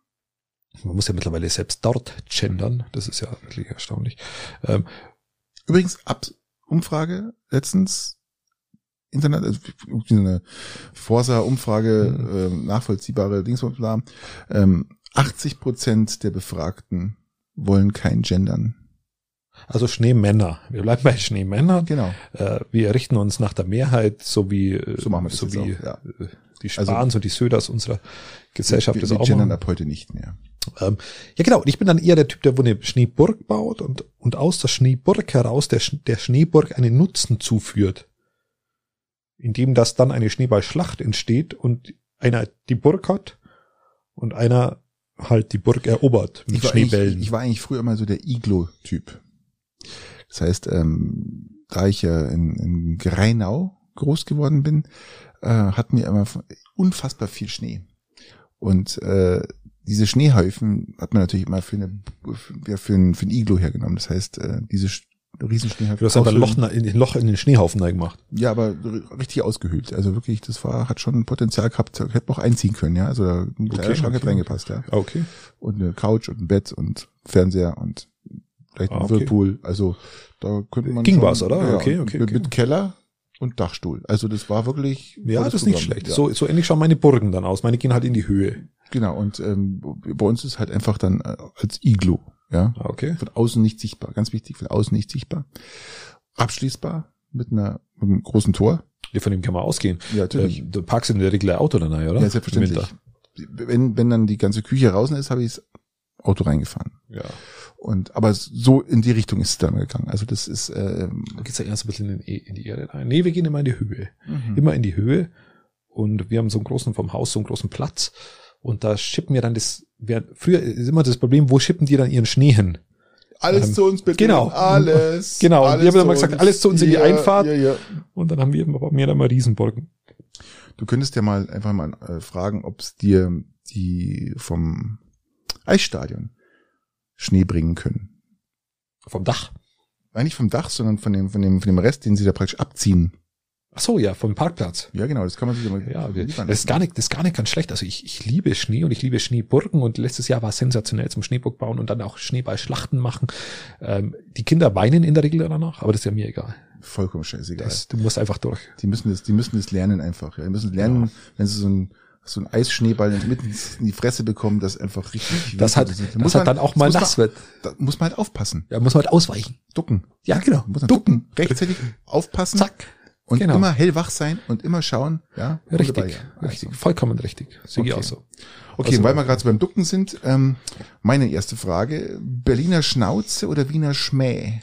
man muss ja mittlerweile selbst dort gendern. Das ist ja wirklich erstaunlich. Ähm, Übrigens, ab Umfrage letztens, Internet, also so eine Forsa-Umfrage, äh, nachvollziehbare Dings, bla, ähm, achtzig Prozent der Befragten wollen kein Gendern. also Schneemänner. Wir bleiben bei Schneemännern. Genau. Äh, wir richten uns nach der Mehrheit, so wie, äh, So machen wir das so jetzt wie auch, ja. äh, die Spahns und die Söders unserer Gesellschaft Wir, das wir auch gendern machen. ab heute nicht mehr. Ähm, ja genau, und ich bin dann eher der Typ, der wo eine Schneeburg baut und, und aus der Schneeburg heraus der, Sch- der Schneeburg einen Nutzen zuführt. Indem das dann eine Schneeballschlacht entsteht und einer die Burg hat und einer halt die Burg erobert mit Ich war, Schneebällen. eigentlich, ich war eigentlich früher immer so der Iglo-Typ. Das heißt, ähm, da ich ja in, in Greinau groß geworden bin, äh, hatten wir immer unfassbar viel Schnee. Und äh, diese Schneehäufen hat man natürlich immer für, eine, für, für, ein, für ein Iglo hergenommen. Das heißt, äh, diese Sch- Riesenschneehäufen. du hast einfach ein Loch ausfüllen. in den Loch in den Schneehaufen reingemacht. Ja, aber r- richtig ausgehöhlt. Also wirklich, das war, hat schon Potenzial gehabt, hätte man auch einziehen können, ja. Also da ein kleiner Okay, Schrank okay. hätte reingepasst, ja. Okay. Und eine Couch und ein Bett und Fernseher und vielleicht ein Ah, okay. Whirlpool. Also da könnte man Ging schon, was, oder? Ja, Okay, okay, mit, okay. mit Keller und Dachstuhl. Also das war wirklich Ja, volles das ist nicht Programm. schlecht. Ja. So, so ähnlich schauen meine Burgen dann aus. Meine gehen halt in die Höhe. Genau. Und ähm, bei uns ist halt einfach dann äh, als Iglo, ja. Ah, okay. Von außen nicht sichtbar. Ganz wichtig, von außen nicht sichtbar. Abschließbar mit einer mit einem großen Tor. Ja, von dem kann man ausgehen. Ja, natürlich. Ähm, du parkst in der Regel ein Auto danach, oder? Ja, selbstverständlich. Im Winter. Wenn, wenn dann die ganze Küche draußen ist, habe ich das Auto reingefahren. Ja. Und aber so in die Richtung ist es dann gegangen. Also das ist ähm, Da geht's ja erst ein bisschen in, in die Erde rein. Nee, wir gehen immer in die Höhe. mhm. Immer in die Höhe. Und wir haben so einen großen, vom Haus so einen großen Platz. Und da schippen wir dann das, wir, früher ist immer das Problem, wo schippen die dann ihren Schnee hin? alles ähm, zu uns bitte. genau. Alles. Genau. Und Alles wir haben dann zu mal gesagt, uns. alles zu uns in die Ja, Einfahrt. Ja, ja. Und dann haben wir immer, mir dann mal Riesenburgen. Du könntest ja mal einfach mal äh, fragen, ob es dir die vom Eisstadion Schnee bringen können. Vom Dach. Nein, nicht vom Dach, sondern von dem, von dem, von dem Rest, den sie da praktisch abziehen. Ach so, ja, vom Parkplatz. Ja, genau, das kann man sich ja mal Ja, wir, liefern das ist lassen. gar nicht, das ist gar nicht ganz schlecht. Also ich, ich liebe Schnee und ich liebe Schneeburgen und letztes Jahr war es sensationell zum Schneeburg bauen und dann auch Schneeballschlachten machen. Ähm, die Kinder weinen in der Regel danach, aber das ist ja mir egal. Vollkommen scheißegal. Das, du musst einfach durch. Die müssen das, die müssen das lernen einfach. Ja, die müssen lernen, Ja. wenn sie so ein so ein Eisschneeball mitten in die Fresse bekommen, das einfach richtig. Das hat, wehtut. Da das muss hat man- dann auch mal muss nass man, wird. Da muss man halt aufpassen. Ja, muss man halt ausweichen. Ducken. Ja, genau. Muss man Ducken. ducken. Rechtzeitig aufpassen. Zack. Und Genau. immer hellwach sein und immer schauen. Ja, Richtig. wunderbar, ja. Richtig. Vollkommen richtig. Sehe ich Okay. auch so. Okay, Also- weil wir gerade so beim Ducken sind, ähm, meine erste Frage. Berliner Schnauze oder Wiener Schmäh?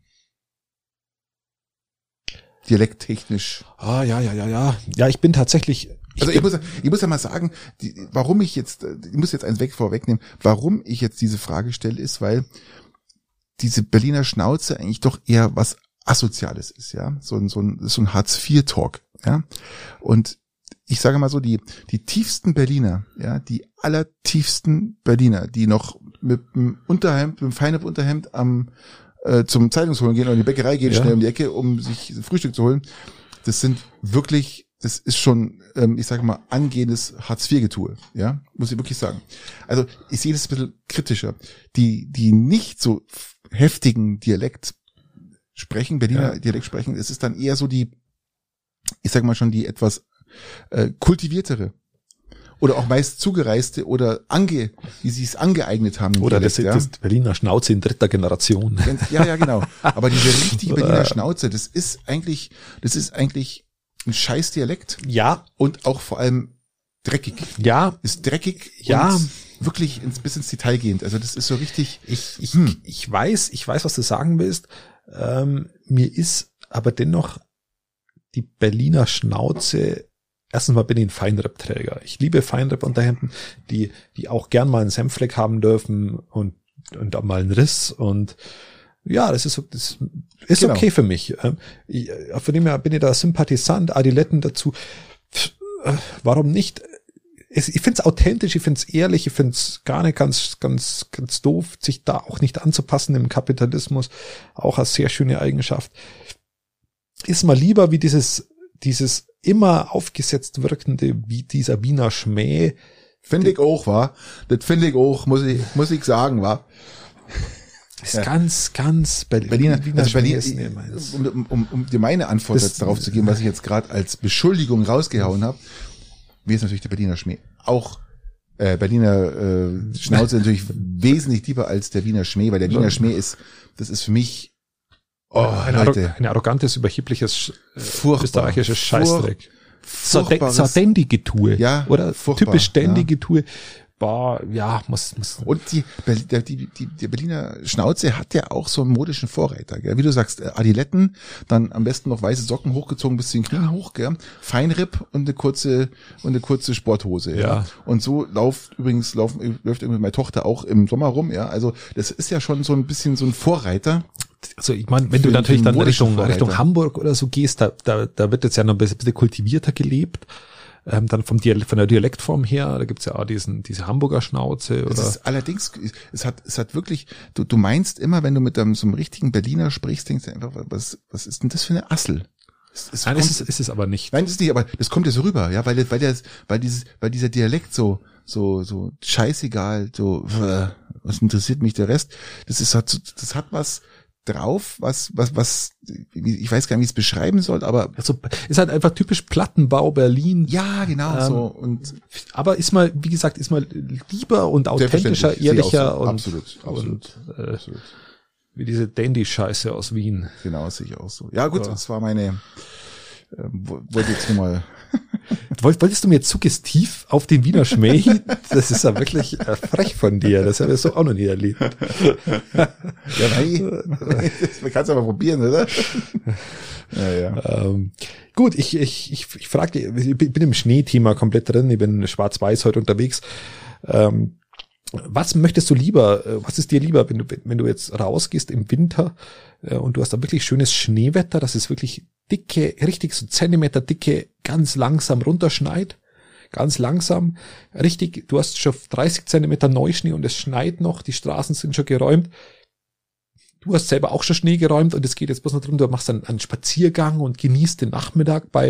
Dialekttechnisch. Ah, ja, ja, ja, ja. Ja, ich bin tatsächlich, ich Also ich bin, muss, ich muss ja mal sagen, die, warum ich jetzt, ich muss jetzt eins weg vorwegnehmen, warum ich jetzt diese Frage stelle, ist, weil diese Berliner Schnauze eigentlich doch eher was Asoziales ist, ja. So ein, so ein, so ein Hartz vier Talk, ja. Und ich sage mal so, die, die tiefsten Berliner, ja, die allertiefsten Berliner, die noch mit dem Unterhemd, mit dem Feinripp-Unterhemd am, äh, zum Zeitungsholen gehen oder in die Bäckerei gehen, Ja. schnell um die Ecke, um sich Frühstück zu holen, das sind wirklich, das ist schon, ähm, ich sage mal, angehendes Hartz vier Getue, ja, muss ich wirklich sagen. Also ich sehe das ein bisschen kritischer. Die, die nicht so f- heftigen Dialekt sprechen, Berliner Ja. Dialekt sprechen, es ist dann eher so die, ich sage mal schon, die etwas äh, kultiviertere oder auch meist zugereiste oder ange, wie sie es angeeignet haben. im oder das, Dialekt, das Berliner Schnauze in dritter Generation. ja. ja, ja, genau. Aber diese richtige Oder- Berliner Schnauze, das ist eigentlich, das ist eigentlich ein scheiß Dialekt Ja, und auch vor allem dreckig. ja, Ist dreckig Ja. und wirklich ins, bis ins Detail gehend. Also das ist so richtig, ich, ich, Hm. ich weiß, ich weiß, was du sagen willst. Ähm, mir ist aber dennoch die Berliner Schnauze, erstens mal bin ich ein Feinripp-Träger. Ich liebe Feinripp-Unterhemden, die, die auch gern mal einen Senffleck haben dürfen und, und auch mal einen Riss und ja, das ist so, das Ist Genau. okay für mich. Ähm, ich, von dem her bin ich da Sympathisant, Adiletten dazu. Pff, äh, warum nicht? Es, ich finde es authentisch, ich finde es ehrlich, ich finde es gar nicht ganz, ganz, ganz doof, sich da auch nicht anzupassen im Kapitalismus. Auch eine sehr schöne Eigenschaft. Ist mal lieber wie dieses, dieses immer aufgesetzt wirkende, wie dieser Wiener Schmäh. Finde ich auch, wa? Das finde ich auch, muss ich, muss ich sagen, wa? Ist ja. ganz, ganz Berlin, Berliner, Wiener also Schmäh Berlin, ist nicht meins. um, um, um, um dir meine Antwort Das- jetzt darauf zu geben, was ich jetzt gerade als Beschuldigung rausgehauen habe, mir ist natürlich der Berliner Schmäh auch äh, Berliner äh, Schnauze natürlich wesentlich lieber als der Wiener Schmäh, weil der Wiener Schmäh ist, das ist für mich oh, ein, Arro Leute, ein arrogantes, überhebliches, äh, Furchtbar. österreichisches Scheißdreck. So furchtbares- ständige Tour. Ja, Oder furchtbar, typisch ständige Tour. Boah, ja, muss, muss. Und die, der, die, die, die Berliner Schnauze hat ja auch so einen modischen Vorreiter, gell? Wie du sagst, äh, Adiletten, dann am besten noch weiße Socken hochgezogen bis zu den Knien hoch, gell? Feinripp und eine kurze und eine kurze Sporthose. Ja. Ja. Und so läuft übrigens laufen, läuft irgendwie meine Tochter auch im Sommer rum, ja. Also das ist ja schon so ein bisschen so ein Vorreiter. Also ich meine, wenn du Für natürlich den dann modischen Richtung, Vorreiter. Richtung Hamburg oder so gehst, da, da, da wird jetzt ja noch ein bisschen, bisschen kultivierter gelebt. Ähm, dann vom Dialekt, von der Dialektform her, da gibt's ja auch diesen, diese Hamburger Schnauze Es oder. ist allerdings, es hat, es hat wirklich, du, du meinst immer, wenn du mit einem, so einem richtigen Berliner sprichst, denkst du einfach, was, was ist denn das für eine Assel? Es, es Nein, kommt- ist es, ist es aber nicht. Nein, das ist nicht, aber das kommt ja so rüber, ja, weil, weil der, weil dieses, weil dieser Dialekt so, so, so scheißegal, so, äh, was interessiert mich der Rest? Das ist halt, so- das hat was drauf, was, was, was, ich weiß gar nicht, wie ich es beschreiben soll, aber Also ist halt einfach typisch Plattenbau Berlin. ja, genau, Ähm, so, und Aber ist mal, wie gesagt, ist mal lieber und authentischer, Selbstverständlich, sehe ich auch ehrlicher so. und, Absolut, absolut, und äh, absolut. wie diese Dandy-Scheiße aus Wien. Genau, sehe ich auch so. Ja, gut, Ja. das war meine, äh, wo- wollte jetzt nur mal, Woll- Wolltest du mir jetzt suggestiv auf den Wiener Schmäh? Das ist ja wirklich äh, frech von dir. Das habe ich so auch noch nie erlebt. ja, nein, man kann es aber probieren, oder? Ja, ja. Ähm, gut, ich, ich, ich, ich frage, ich bin im Schneethema komplett drin. Ich bin schwarz-weiß heute unterwegs. Ähm, was möchtest du lieber, äh, was ist dir lieber, wenn du, wenn du jetzt rausgehst im Winter äh, und du hast da wirklich schönes Schneewetter, das ist wirklich dicke, richtig so Zentimeter dicke, ganz langsam runterschneit, ganz langsam, richtig, du hast schon dreißig Zentimeter Neuschnee und es schneit noch, die Straßen sind schon geräumt. Du hast selber auch schon Schnee geräumt und es geht jetzt bloß noch darum, du machst einen, einen Spaziergang und genießt den Nachmittag bei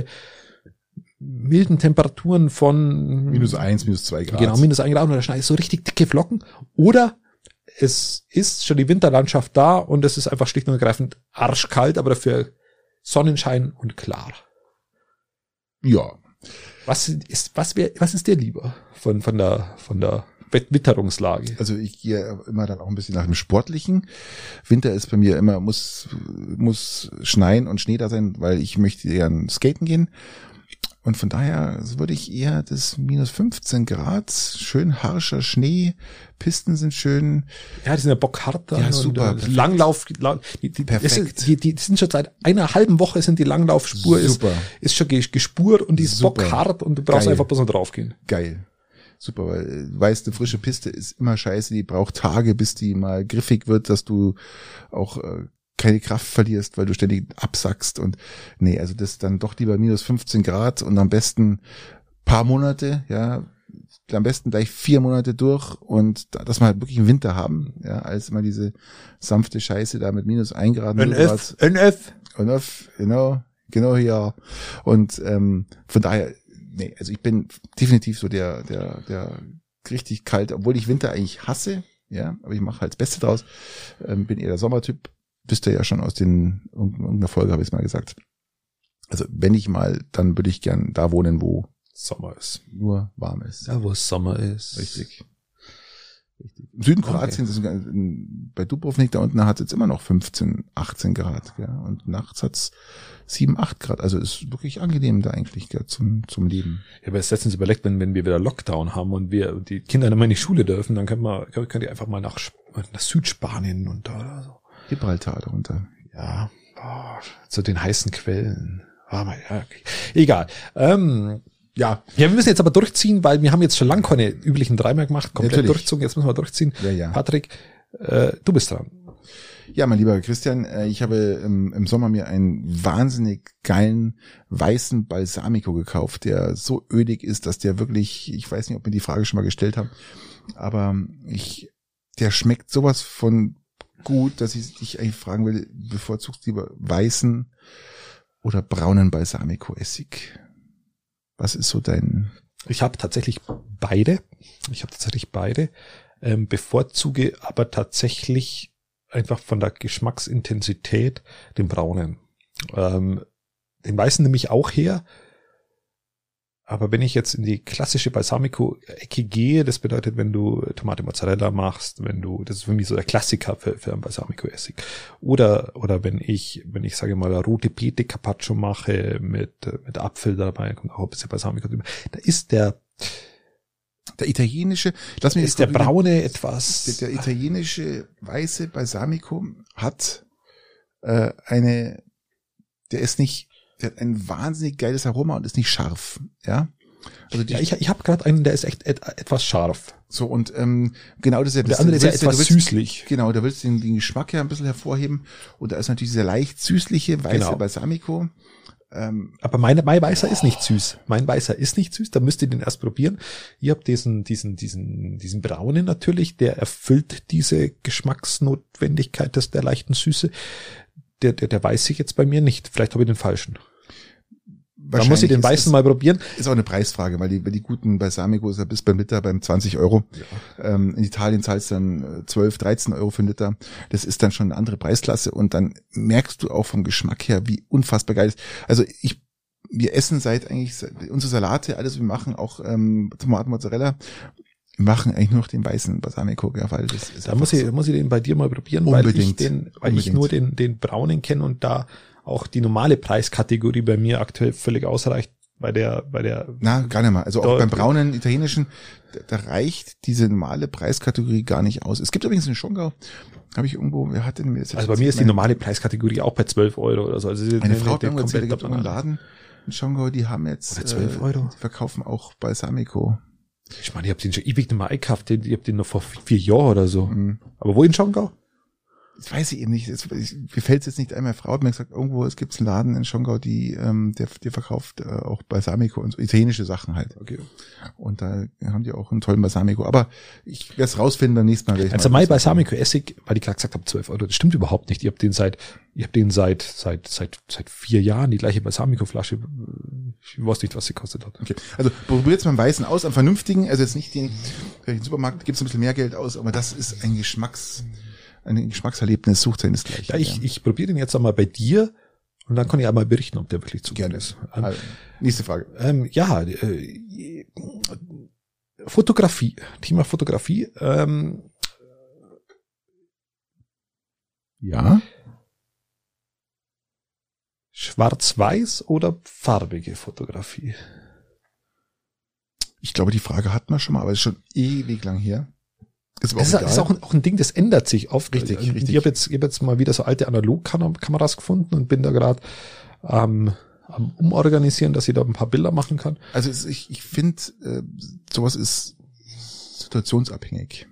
milden Temperaturen von Minus eins, minus zwei Grad. Genau, minus ein Grad und da schneidest so richtig dicke Flocken. Oder es ist schon die Winterlandschaft da und es ist einfach schlicht und ergreifend arschkalt, aber dafür Sonnenschein und klar. Ja. Was ist, was wäre, was ist dir lieber von, von der, von der Witterungslage? Also ich gehe immer dann auch ein bisschen nach dem Sportlichen. Winter ist bei mir immer, muss, muss schneien und Schnee da sein, weil ich möchte eher skaten gehen. Und von daher würde ich eher das minus fünfzehn Grad, schön harscher Schnee, Pisten sind schön. Ja, die sind ja bockhart dann. Ja, super, Und, äh, perfekt. Langlauf, lang, die, die, Perfekt. Ist, die, die sind schon seit einer halben Woche sind die Langlaufspur ist, Super. ist schon ges- gespurt und die ist Super. bockhart und du brauchst Geil. einfach bloß noch draufgehen. Geil. Super, weil äh, du weißt, eine frische Piste ist immer scheiße, die braucht Tage, bis die mal griffig wird, dass du auch äh, keine Kraft verlierst, weil du ständig absackst und nee, also das dann doch lieber minus fünfzehn Grad und am besten paar Monate, ja, am besten gleich vier Monate durch und da, dass wir halt wirklich einen Winter haben, ja, als immer diese sanfte Scheiße da mit minus ein Grad, null Grad. N F. Und auf, genau, genau hier. Und ähm, von daher, nee, also ich bin definitiv so der, der, der richtig kalt, obwohl ich Winter eigentlich hasse, ja, aber ich mache halt das Beste draus. Ähm, bin eher der Sommertyp. Wisst ihr ja schon aus den irgendeiner Folge, habe ich es mal gesagt. Also wenn ich mal, dann würde ich gern da wohnen, wo Sommer ist. nur warm ist. Ja, wo es Sommer ist. Richtig. Richtig. Im Süden Okay. Kroatiens, das ist in, bei Dubrovnik da unten hat es jetzt immer noch fünfzehn, achtzehn Grad, ja, und nachts hat's sieben, acht Grad. Also ist wirklich angenehm da eigentlich, gell, zum zum Leben. Ich habe jetzt letztens überlegt, wenn, wenn wir wieder Lockdown haben und wir die Kinder nicht mehr in die Schule dürfen, dann können wir, können, können die einfach mal nach, Sp- nach Südspanien und da oder so. Gibraltar darunter. Ja, boah, zu den heißen Quellen. Ah, mein, ja, okay. Egal. Ähm, ja. ja, wir müssen jetzt aber durchziehen, weil wir haben jetzt schon lange keine üblichen drei mehr gemacht, komplett Natürlich. durchzogen, jetzt müssen wir durchziehen. Ja, ja. Patrick, äh, du bist dran. Ja, mein lieber Christian, äh, ich habe im, im Sommer mir einen wahnsinnig geilen weißen Balsamico gekauft, der so ölig ist, dass der wirklich, ich weiß nicht, ob wir die Frage schon mal gestellt haben, aber ich, der schmeckt sowas von gut, dass ich dich eigentlich fragen will, bevorzugst du lieber weißen oder braunen Balsamico-Essig? Was ist so dein... Ich habe tatsächlich beide. Ich habe tatsächlich beide. Ähm, bevorzuge aber tatsächlich einfach von der Geschmacksintensität den braunen. Ähm, den weißen nehme ich auch her. Aber wenn ich jetzt in die klassische Balsamico-Ecke gehe, das bedeutet, wenn du Tomate Mozzarella machst, wenn du, das ist für mich so der Klassiker für, für einen Balsamico-Essig. Oder, oder wenn ich, wenn ich sage mal, rote Beete Carpaccio mache mit, mit Apfel dabei, kommt auch ein bisschen Balsamico drüber. Da ist der, Der italienische, lass mich ist der braune etwas. Der, der italienische weiße Balsamico hat äh, eine, der ist nicht, der hat ein wahnsinnig geiles Aroma und ist nicht scharf, ja. Also die, ja, ich, ich habe gerade einen, der ist echt et, etwas scharf. So und ähm, genau das ist ja das. Der andere ist ja etwas willst, süßlich. Genau, da willst du den, den Geschmack ja ein bisschen hervorheben und da ist natürlich dieser leicht süßliche weiße genau. Balsamico. Ähm, Aber mein, mein Weißer oh. ist nicht süß. Mein Weißer ist nicht süß. Da müsst ihr den erst probieren. Ihr habt diesen, diesen, diesen, diesen braunen natürlich. Der erfüllt diese Geschmacksnotwendigkeit des, der leichten Süße. Der, der, der weiß ich jetzt bei mir nicht. Vielleicht habe ich den falschen. Da muss ich den Weißen ist, mal probieren. Ist auch eine Preisfrage, weil die, weil die guten Balsamico ist ja bis beim Liter beim zwanzig Euro. Ja. Ähm, in Italien zahlst du dann zwölf, dreizehn Euro für einen Liter. Das ist dann schon eine andere Preisklasse und dann merkst du auch vom Geschmack her, wie unfassbar geil ist. Also ich, wir essen seit eigentlich, seit, unsere Salate, alles, wir machen auch ähm, Tomaten Mozzarella, wir machen eigentlich nur noch den weißen Balsamico, ja, weil das ist da muss ich, so. muss ich den bei dir mal probieren, Unbedingt. weil ich den, weil Unbedingt. ich nur den, den braunen kenne und da auch die normale Preiskategorie bei mir aktuell völlig ausreicht, bei der, bei der. Na, gar nicht mal. Also auch beim braunen italienischen, da, da reicht diese normale Preiskategorie gar nicht aus. Es gibt übrigens in Schongau, habe ich irgendwo, wer hat denn mir das? Also bei mir ist die normale Preiskategorie auch bei zwölf Euro oder so. Also eine Frau hat mir erzählt, da gibt es einen Laden in Schongau, die haben jetzt, oder zwölf Euro. Die verkaufen auch Balsamico. Ich meine, ich habe den schon ewig nicht mehr eingekauft, ich habe den noch vor vier Jahren oder so. Mhm. Aber wo in Schongau? Das weiß ich eben nicht. Das, ich, mir fällt es jetzt nicht ein. Meine Frau hat mir gesagt, irgendwo es gibt einen Laden in Schongau, die ähm, der, der verkauft äh, auch Balsamico und so italienische Sachen halt. Okay. Und da haben die auch einen tollen Balsamico. Aber ich werde es rausfinden beim nächsten Mal. Also mein Balsamico-Essig, weil ich gerade gesagt habe, zwölf Euro, das stimmt überhaupt nicht. Ich habe den seit, ich habe den seit seit seit seit vier Jahren, die gleiche Balsamico-Flasche. Ich weiß nicht, was sie kostet hat. Okay. Also probiert es beim Weißen aus, am vernünftigen. Also jetzt nicht den, den Supermarkt gibt es ein bisschen mehr Geld aus, aber das ist ein Geschmacks ein Geschmackserlebnis, sucht seinesgleichen. Ja, ich, ja. ich probiere den jetzt einmal bei dir und dann kann ich einmal berichten, ob der wirklich zu gerne ist. Ähm, also, nächste Frage. Ähm, ja, äh, Fotografie, Thema Fotografie. Ähm, ja. Schwarz-Weiß oder farbige Fotografie? Ich glaube, die Frage hatten wir schon mal, aber es ist schon ewig lang her. Ist das, ist, das ist auch ein, auch ein Ding, das ändert sich oft. Richtig, also, richtig. Ich habe jetzt, ich hab jetzt mal wieder so alte Analogkameras gefunden und bin da gerade ähm, am Umorganisieren, dass ich da ein paar Bilder machen kann. Also es, ich, ich finde, äh, sowas ist situationsabhängig.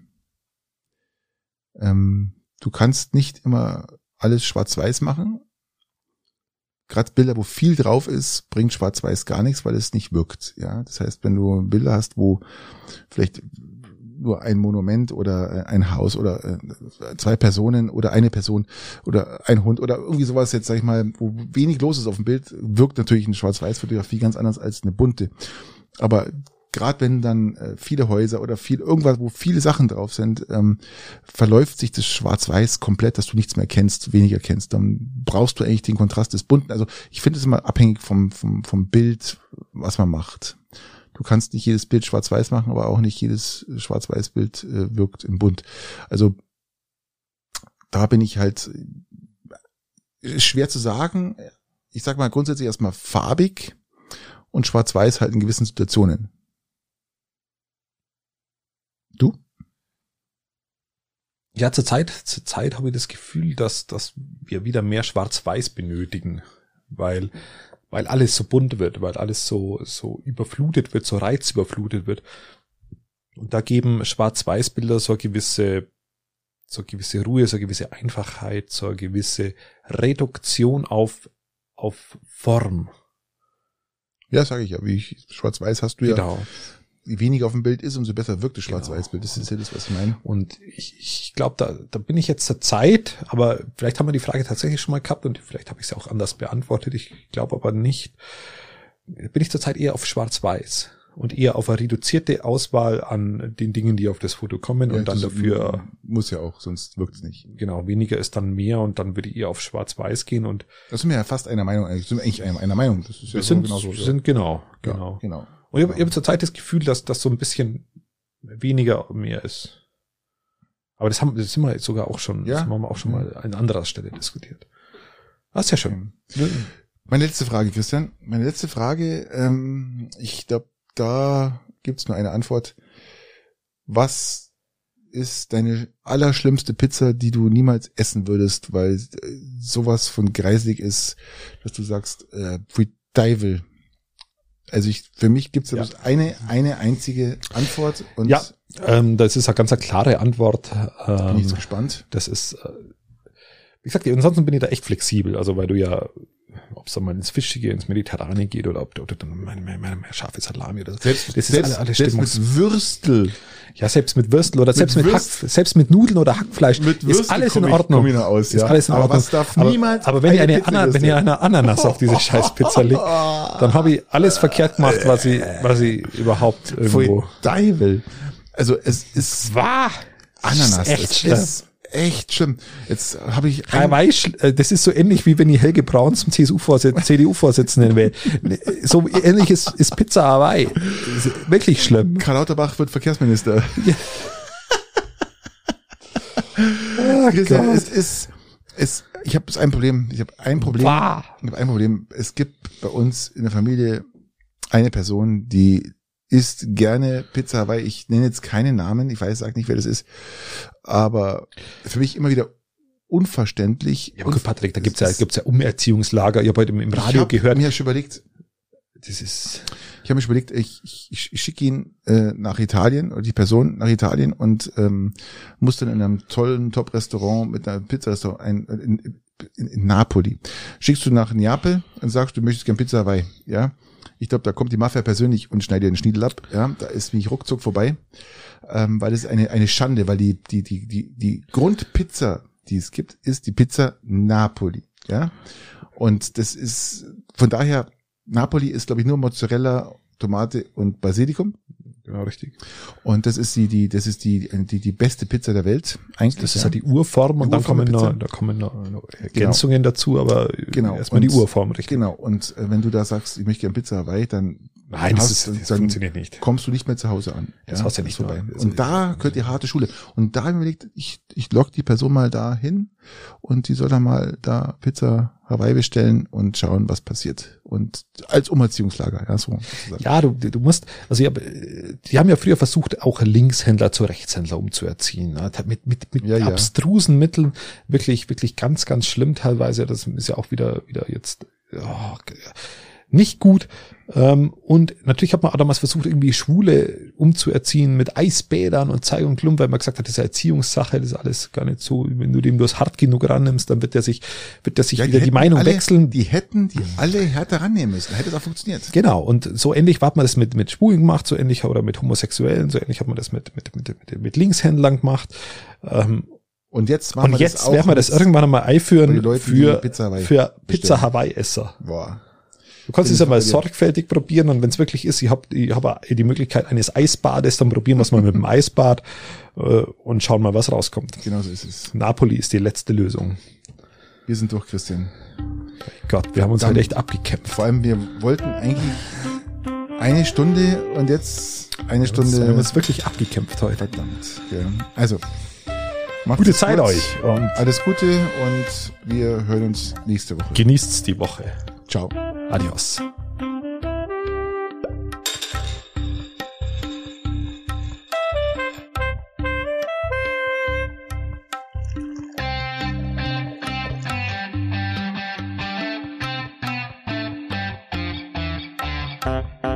Ähm, du kannst nicht immer alles schwarz-weiß machen. Gerade Bilder, wo viel drauf ist, bringt schwarz-weiß gar nichts, weil es nicht wirkt. Ja, das heißt, wenn du Bilder hast, wo vielleicht nur ein Monument oder ein Haus oder zwei Personen oder eine Person oder ein Hund oder irgendwie sowas jetzt, sag ich mal, wo wenig los ist auf dem Bild, wirkt natürlich eine Schwarz-Weiß-Fotografie ganz anders als eine bunte. Aber gerade wenn dann viele Häuser oder viel irgendwas, wo viele Sachen drauf sind, ähm, verläuft sich das Schwarz-Weiß komplett, dass du nichts mehr kennst, weniger kennst. Dann brauchst du eigentlich den Kontrast des Bunten. Also ich finde es immer abhängig vom, vom, vom Bild, was man macht. Du kannst nicht jedes Bild schwarz-weiß machen, aber auch nicht jedes Schwarz-weiß-Bild äh, wirkt im Bunt. Also da bin ich halt schwer zu sagen. Ich sag mal grundsätzlich erstmal farbig und schwarz-weiß halt in gewissen Situationen. Du? Ja, zur Zeit, zur Zeit habe ich das Gefühl, dass, dass wir wieder mehr schwarz-weiß benötigen, weil weil alles so bunt wird, weil alles so so überflutet wird, so reizüberflutet wird. Und da geben Schwarz-Weiß-Bilder so eine gewisse so eine gewisse Ruhe, so eine gewisse Einfachheit, so eine gewisse Reduktion auf, auf Form. Ja, sage ich ja. Wie ich, Schwarz-Weiß hast du Genau. ja. Je weniger auf dem Bild ist, umso besser wirkt das Schwarz-Weiß-Bild. Das ist ja das, was ich meine. Und ich, ich glaube, da, da bin ich jetzt zur Zeit, aber vielleicht haben wir die Frage tatsächlich schon mal gehabt und vielleicht habe ich sie auch anders beantwortet. Ich glaube aber nicht. Bin ich zur Zeit eher auf Schwarz-Weiß und eher auf eine reduzierte Auswahl an den Dingen, die auf das Foto kommen Ja, und dann das dafür, muss ja auch, sonst wirkt es nicht. genau, weniger ist dann mehr und dann würde ich eher auf Schwarz-Weiß gehen und Da sind wir ja fast einer Meinung. Eigentlich sind wir eigentlich einer, einer Meinung. Das ist ja wir so sind, genauso. Ja. sind genau, genau. Ja, genau. Und ich habe hab zur Zeit das Gefühl, dass das so ein bisschen weniger mehr ist. Aber das haben, das sind wir sogar auch schon, Ja. das haben wir auch schon mal an anderer Stelle diskutiert. Ah, ist ja schön. Meine letzte Frage, Christian. Meine letzte Frage, ähm, ich glaube, da gibt's nur eine Antwort. Was ist deine allerschlimmste Pizza, die du niemals essen würdest, weil äh, sowas von greiselig ist, dass du sagst, äh, pfui Teufel. Also ich, für mich gibt's da Ja. bloß eine, eine einzige Antwort und Ja, ähm, das ist eine ganz eine klare Antwort. bin Ähm, ich so gespannt. das ist, äh, wie gesagt, ansonsten bin ich da echt flexibel, also weil du ja, ob es dann mal ins Fischige, ins Mediterrane geht oder ob oder dann meine, meine, meine scharfe Salami oder so. Selbst, das ist selbst, alle, alle selbst Stimmungs- mit Würstel. Ja, selbst mit Würstel oder selbst mit, Würst- Hack, selbst mit Nudeln oder Hackfleisch Mit ist Würstel alles komm in ich- Ordnung. komm ich noch aus, ist ja. alles in Aber Ordnung. was darf aber, niemals aber wenn ihr eine eine, Ana, Pizzawürste- wenn ihr eine Ananas auf diese scheiß Pizza legt, dann habe ich alles verkehrt gemacht, was ich, was ich überhaupt irgendwo. Pfui Teufel. Also es ist Wahr. Ananas. Echt es schlimm. ist echt schlimm. Jetzt habe ich Ja, weiß, das ist so ähnlich wie wenn ich Helge Braun zum C S U-Vorsitz- C D U-Vorsitzenden wähle. So ähnlich ist, ist Pizza Hawaii. Das ist wirklich schlimm. Karl Lauterbach wird Verkehrsminister. Oh Christian, Gott. es ist, es, ich habe ein Problem. Ich habe ein Problem. Wahr. Ich habe ein Problem. Es gibt bei uns in der Familie eine Person, die isst gerne Pizza Hawaii. Ich nenne jetzt keinen Namen. Ich weiß, sag nicht, wer das ist. Aber für mich immer wieder unverständlich. Ja, aber gut, Patrick, da gibt's ja, gibt's ja Umerziehungslager. Ich habe heute im, im Ich Radio hab gehört. mir schon überlegt, Das ist, ich habe mir schon überlegt, ich, ich, ich schicke ihn äh, nach Italien oder die Person nach Italien und ähm, muss dann in einem tollen Top-Restaurant mit einer Pizza-Restaurant ein, in, in, in Napoli. Schickst du nach Neapel und sagst, du möchtest gern Pizza Hawaii, ja? Ich glaube, da kommt die Mafia persönlich und schneidet dir den Schniedel ab, ja? Da ist mich ruckzuck vorbei, ähm, weil das ist eine eine Schande, weil die die die die die Grundpizza, die es gibt, ist die Pizza Napoli, ja? Und das ist von daher Napoli ist, glaube ich, nur Mozzarella, Tomate und Basilikum. genau richtig. Und das ist die, die, das ist die, die, die beste Pizza der Welt. Eigentlich. Das ist ja ja die Urform und Die dann Urform kommen der noch, Pizza. da kommen noch, noch Ergänzungen dazu, aber Genau. erstmal die Und- Urform, richtig. Genau. Und äh, wenn du da sagst, ich möchte gerne Pizza Hawaii, dann, Nein, das, hast- ist, das dann funktioniert nicht. kommst du nicht mehr zu Hause an. Das hast du ja nicht ist vorbei. mehr. Und da gehört die harte Schule. Und da habe ich mir überlegt, ich, ich lock die Person mal da hin und die soll dann mal da Pizza Hawaii bestellen und schauen, was passiert. Und als Umerziehungslager, ja, so. sozusagen. Ja, du, du musst, also ich hab, die haben ja früher versucht, auch Linkshändler zu Rechtshändler umzuerziehen. Ne? Mit, mit, mit Ja, ja. abstrusen Mitteln, wirklich, wirklich ganz, ganz schlimm teilweise. Das ist ja auch wieder, wieder jetzt oh, nicht gut. Und natürlich hat man auch damals versucht, irgendwie Schwule umzuerziehen mit Eisbädern und Zeig und Klump, weil man gesagt hat, das ist eine Erziehungssache, das ist alles gar nicht so. Wenn du dem bloß hart genug rannimmst, dann wird der sich, wird der sich Ja, wieder die hätten Meinung alle, wechseln. Die hätten die alle härter rannehmen müssen. Da hätte es auch funktioniert. Genau, und so ähnlich hat man das mit, mit Schwulen gemacht, so ähnlich oder mit Homosexuellen, so ähnlich hat man das mit, mit, mit, mit, mit Linkshändlern gemacht. Ähm, Und jetzt machen und wir jetzt das auch werden wir das mit- irgendwann einmal für die einführen Leute, die für, Pizza Hawaii für bestellen. Pizza Hawaii-Esser. Boah. Du kannst Bin es ja ich mal bei dir. sorgfältig probieren und wenn es wirklich ist, ich habe ich hab die Möglichkeit eines Eisbades, dann probieren wir es mal mit dem Eisbad äh, und schauen mal, was rauskommt. Genau so ist es. Napoli ist die letzte Lösung. Wir sind durch, Christian. Gott, wir haben uns Dann- halt echt abgekämpft. Vor allem, wir wollten eigentlich eine Stunde und jetzt eine Wir haben Stunde. uns wirklich abgekämpft heute. Verdammt. Ja. Also, macht's Gute es Zeit gut. euch und Alles Gute und wir hören uns nächste Woche. genießt's die Woche. Ciao. Adios. Thank you.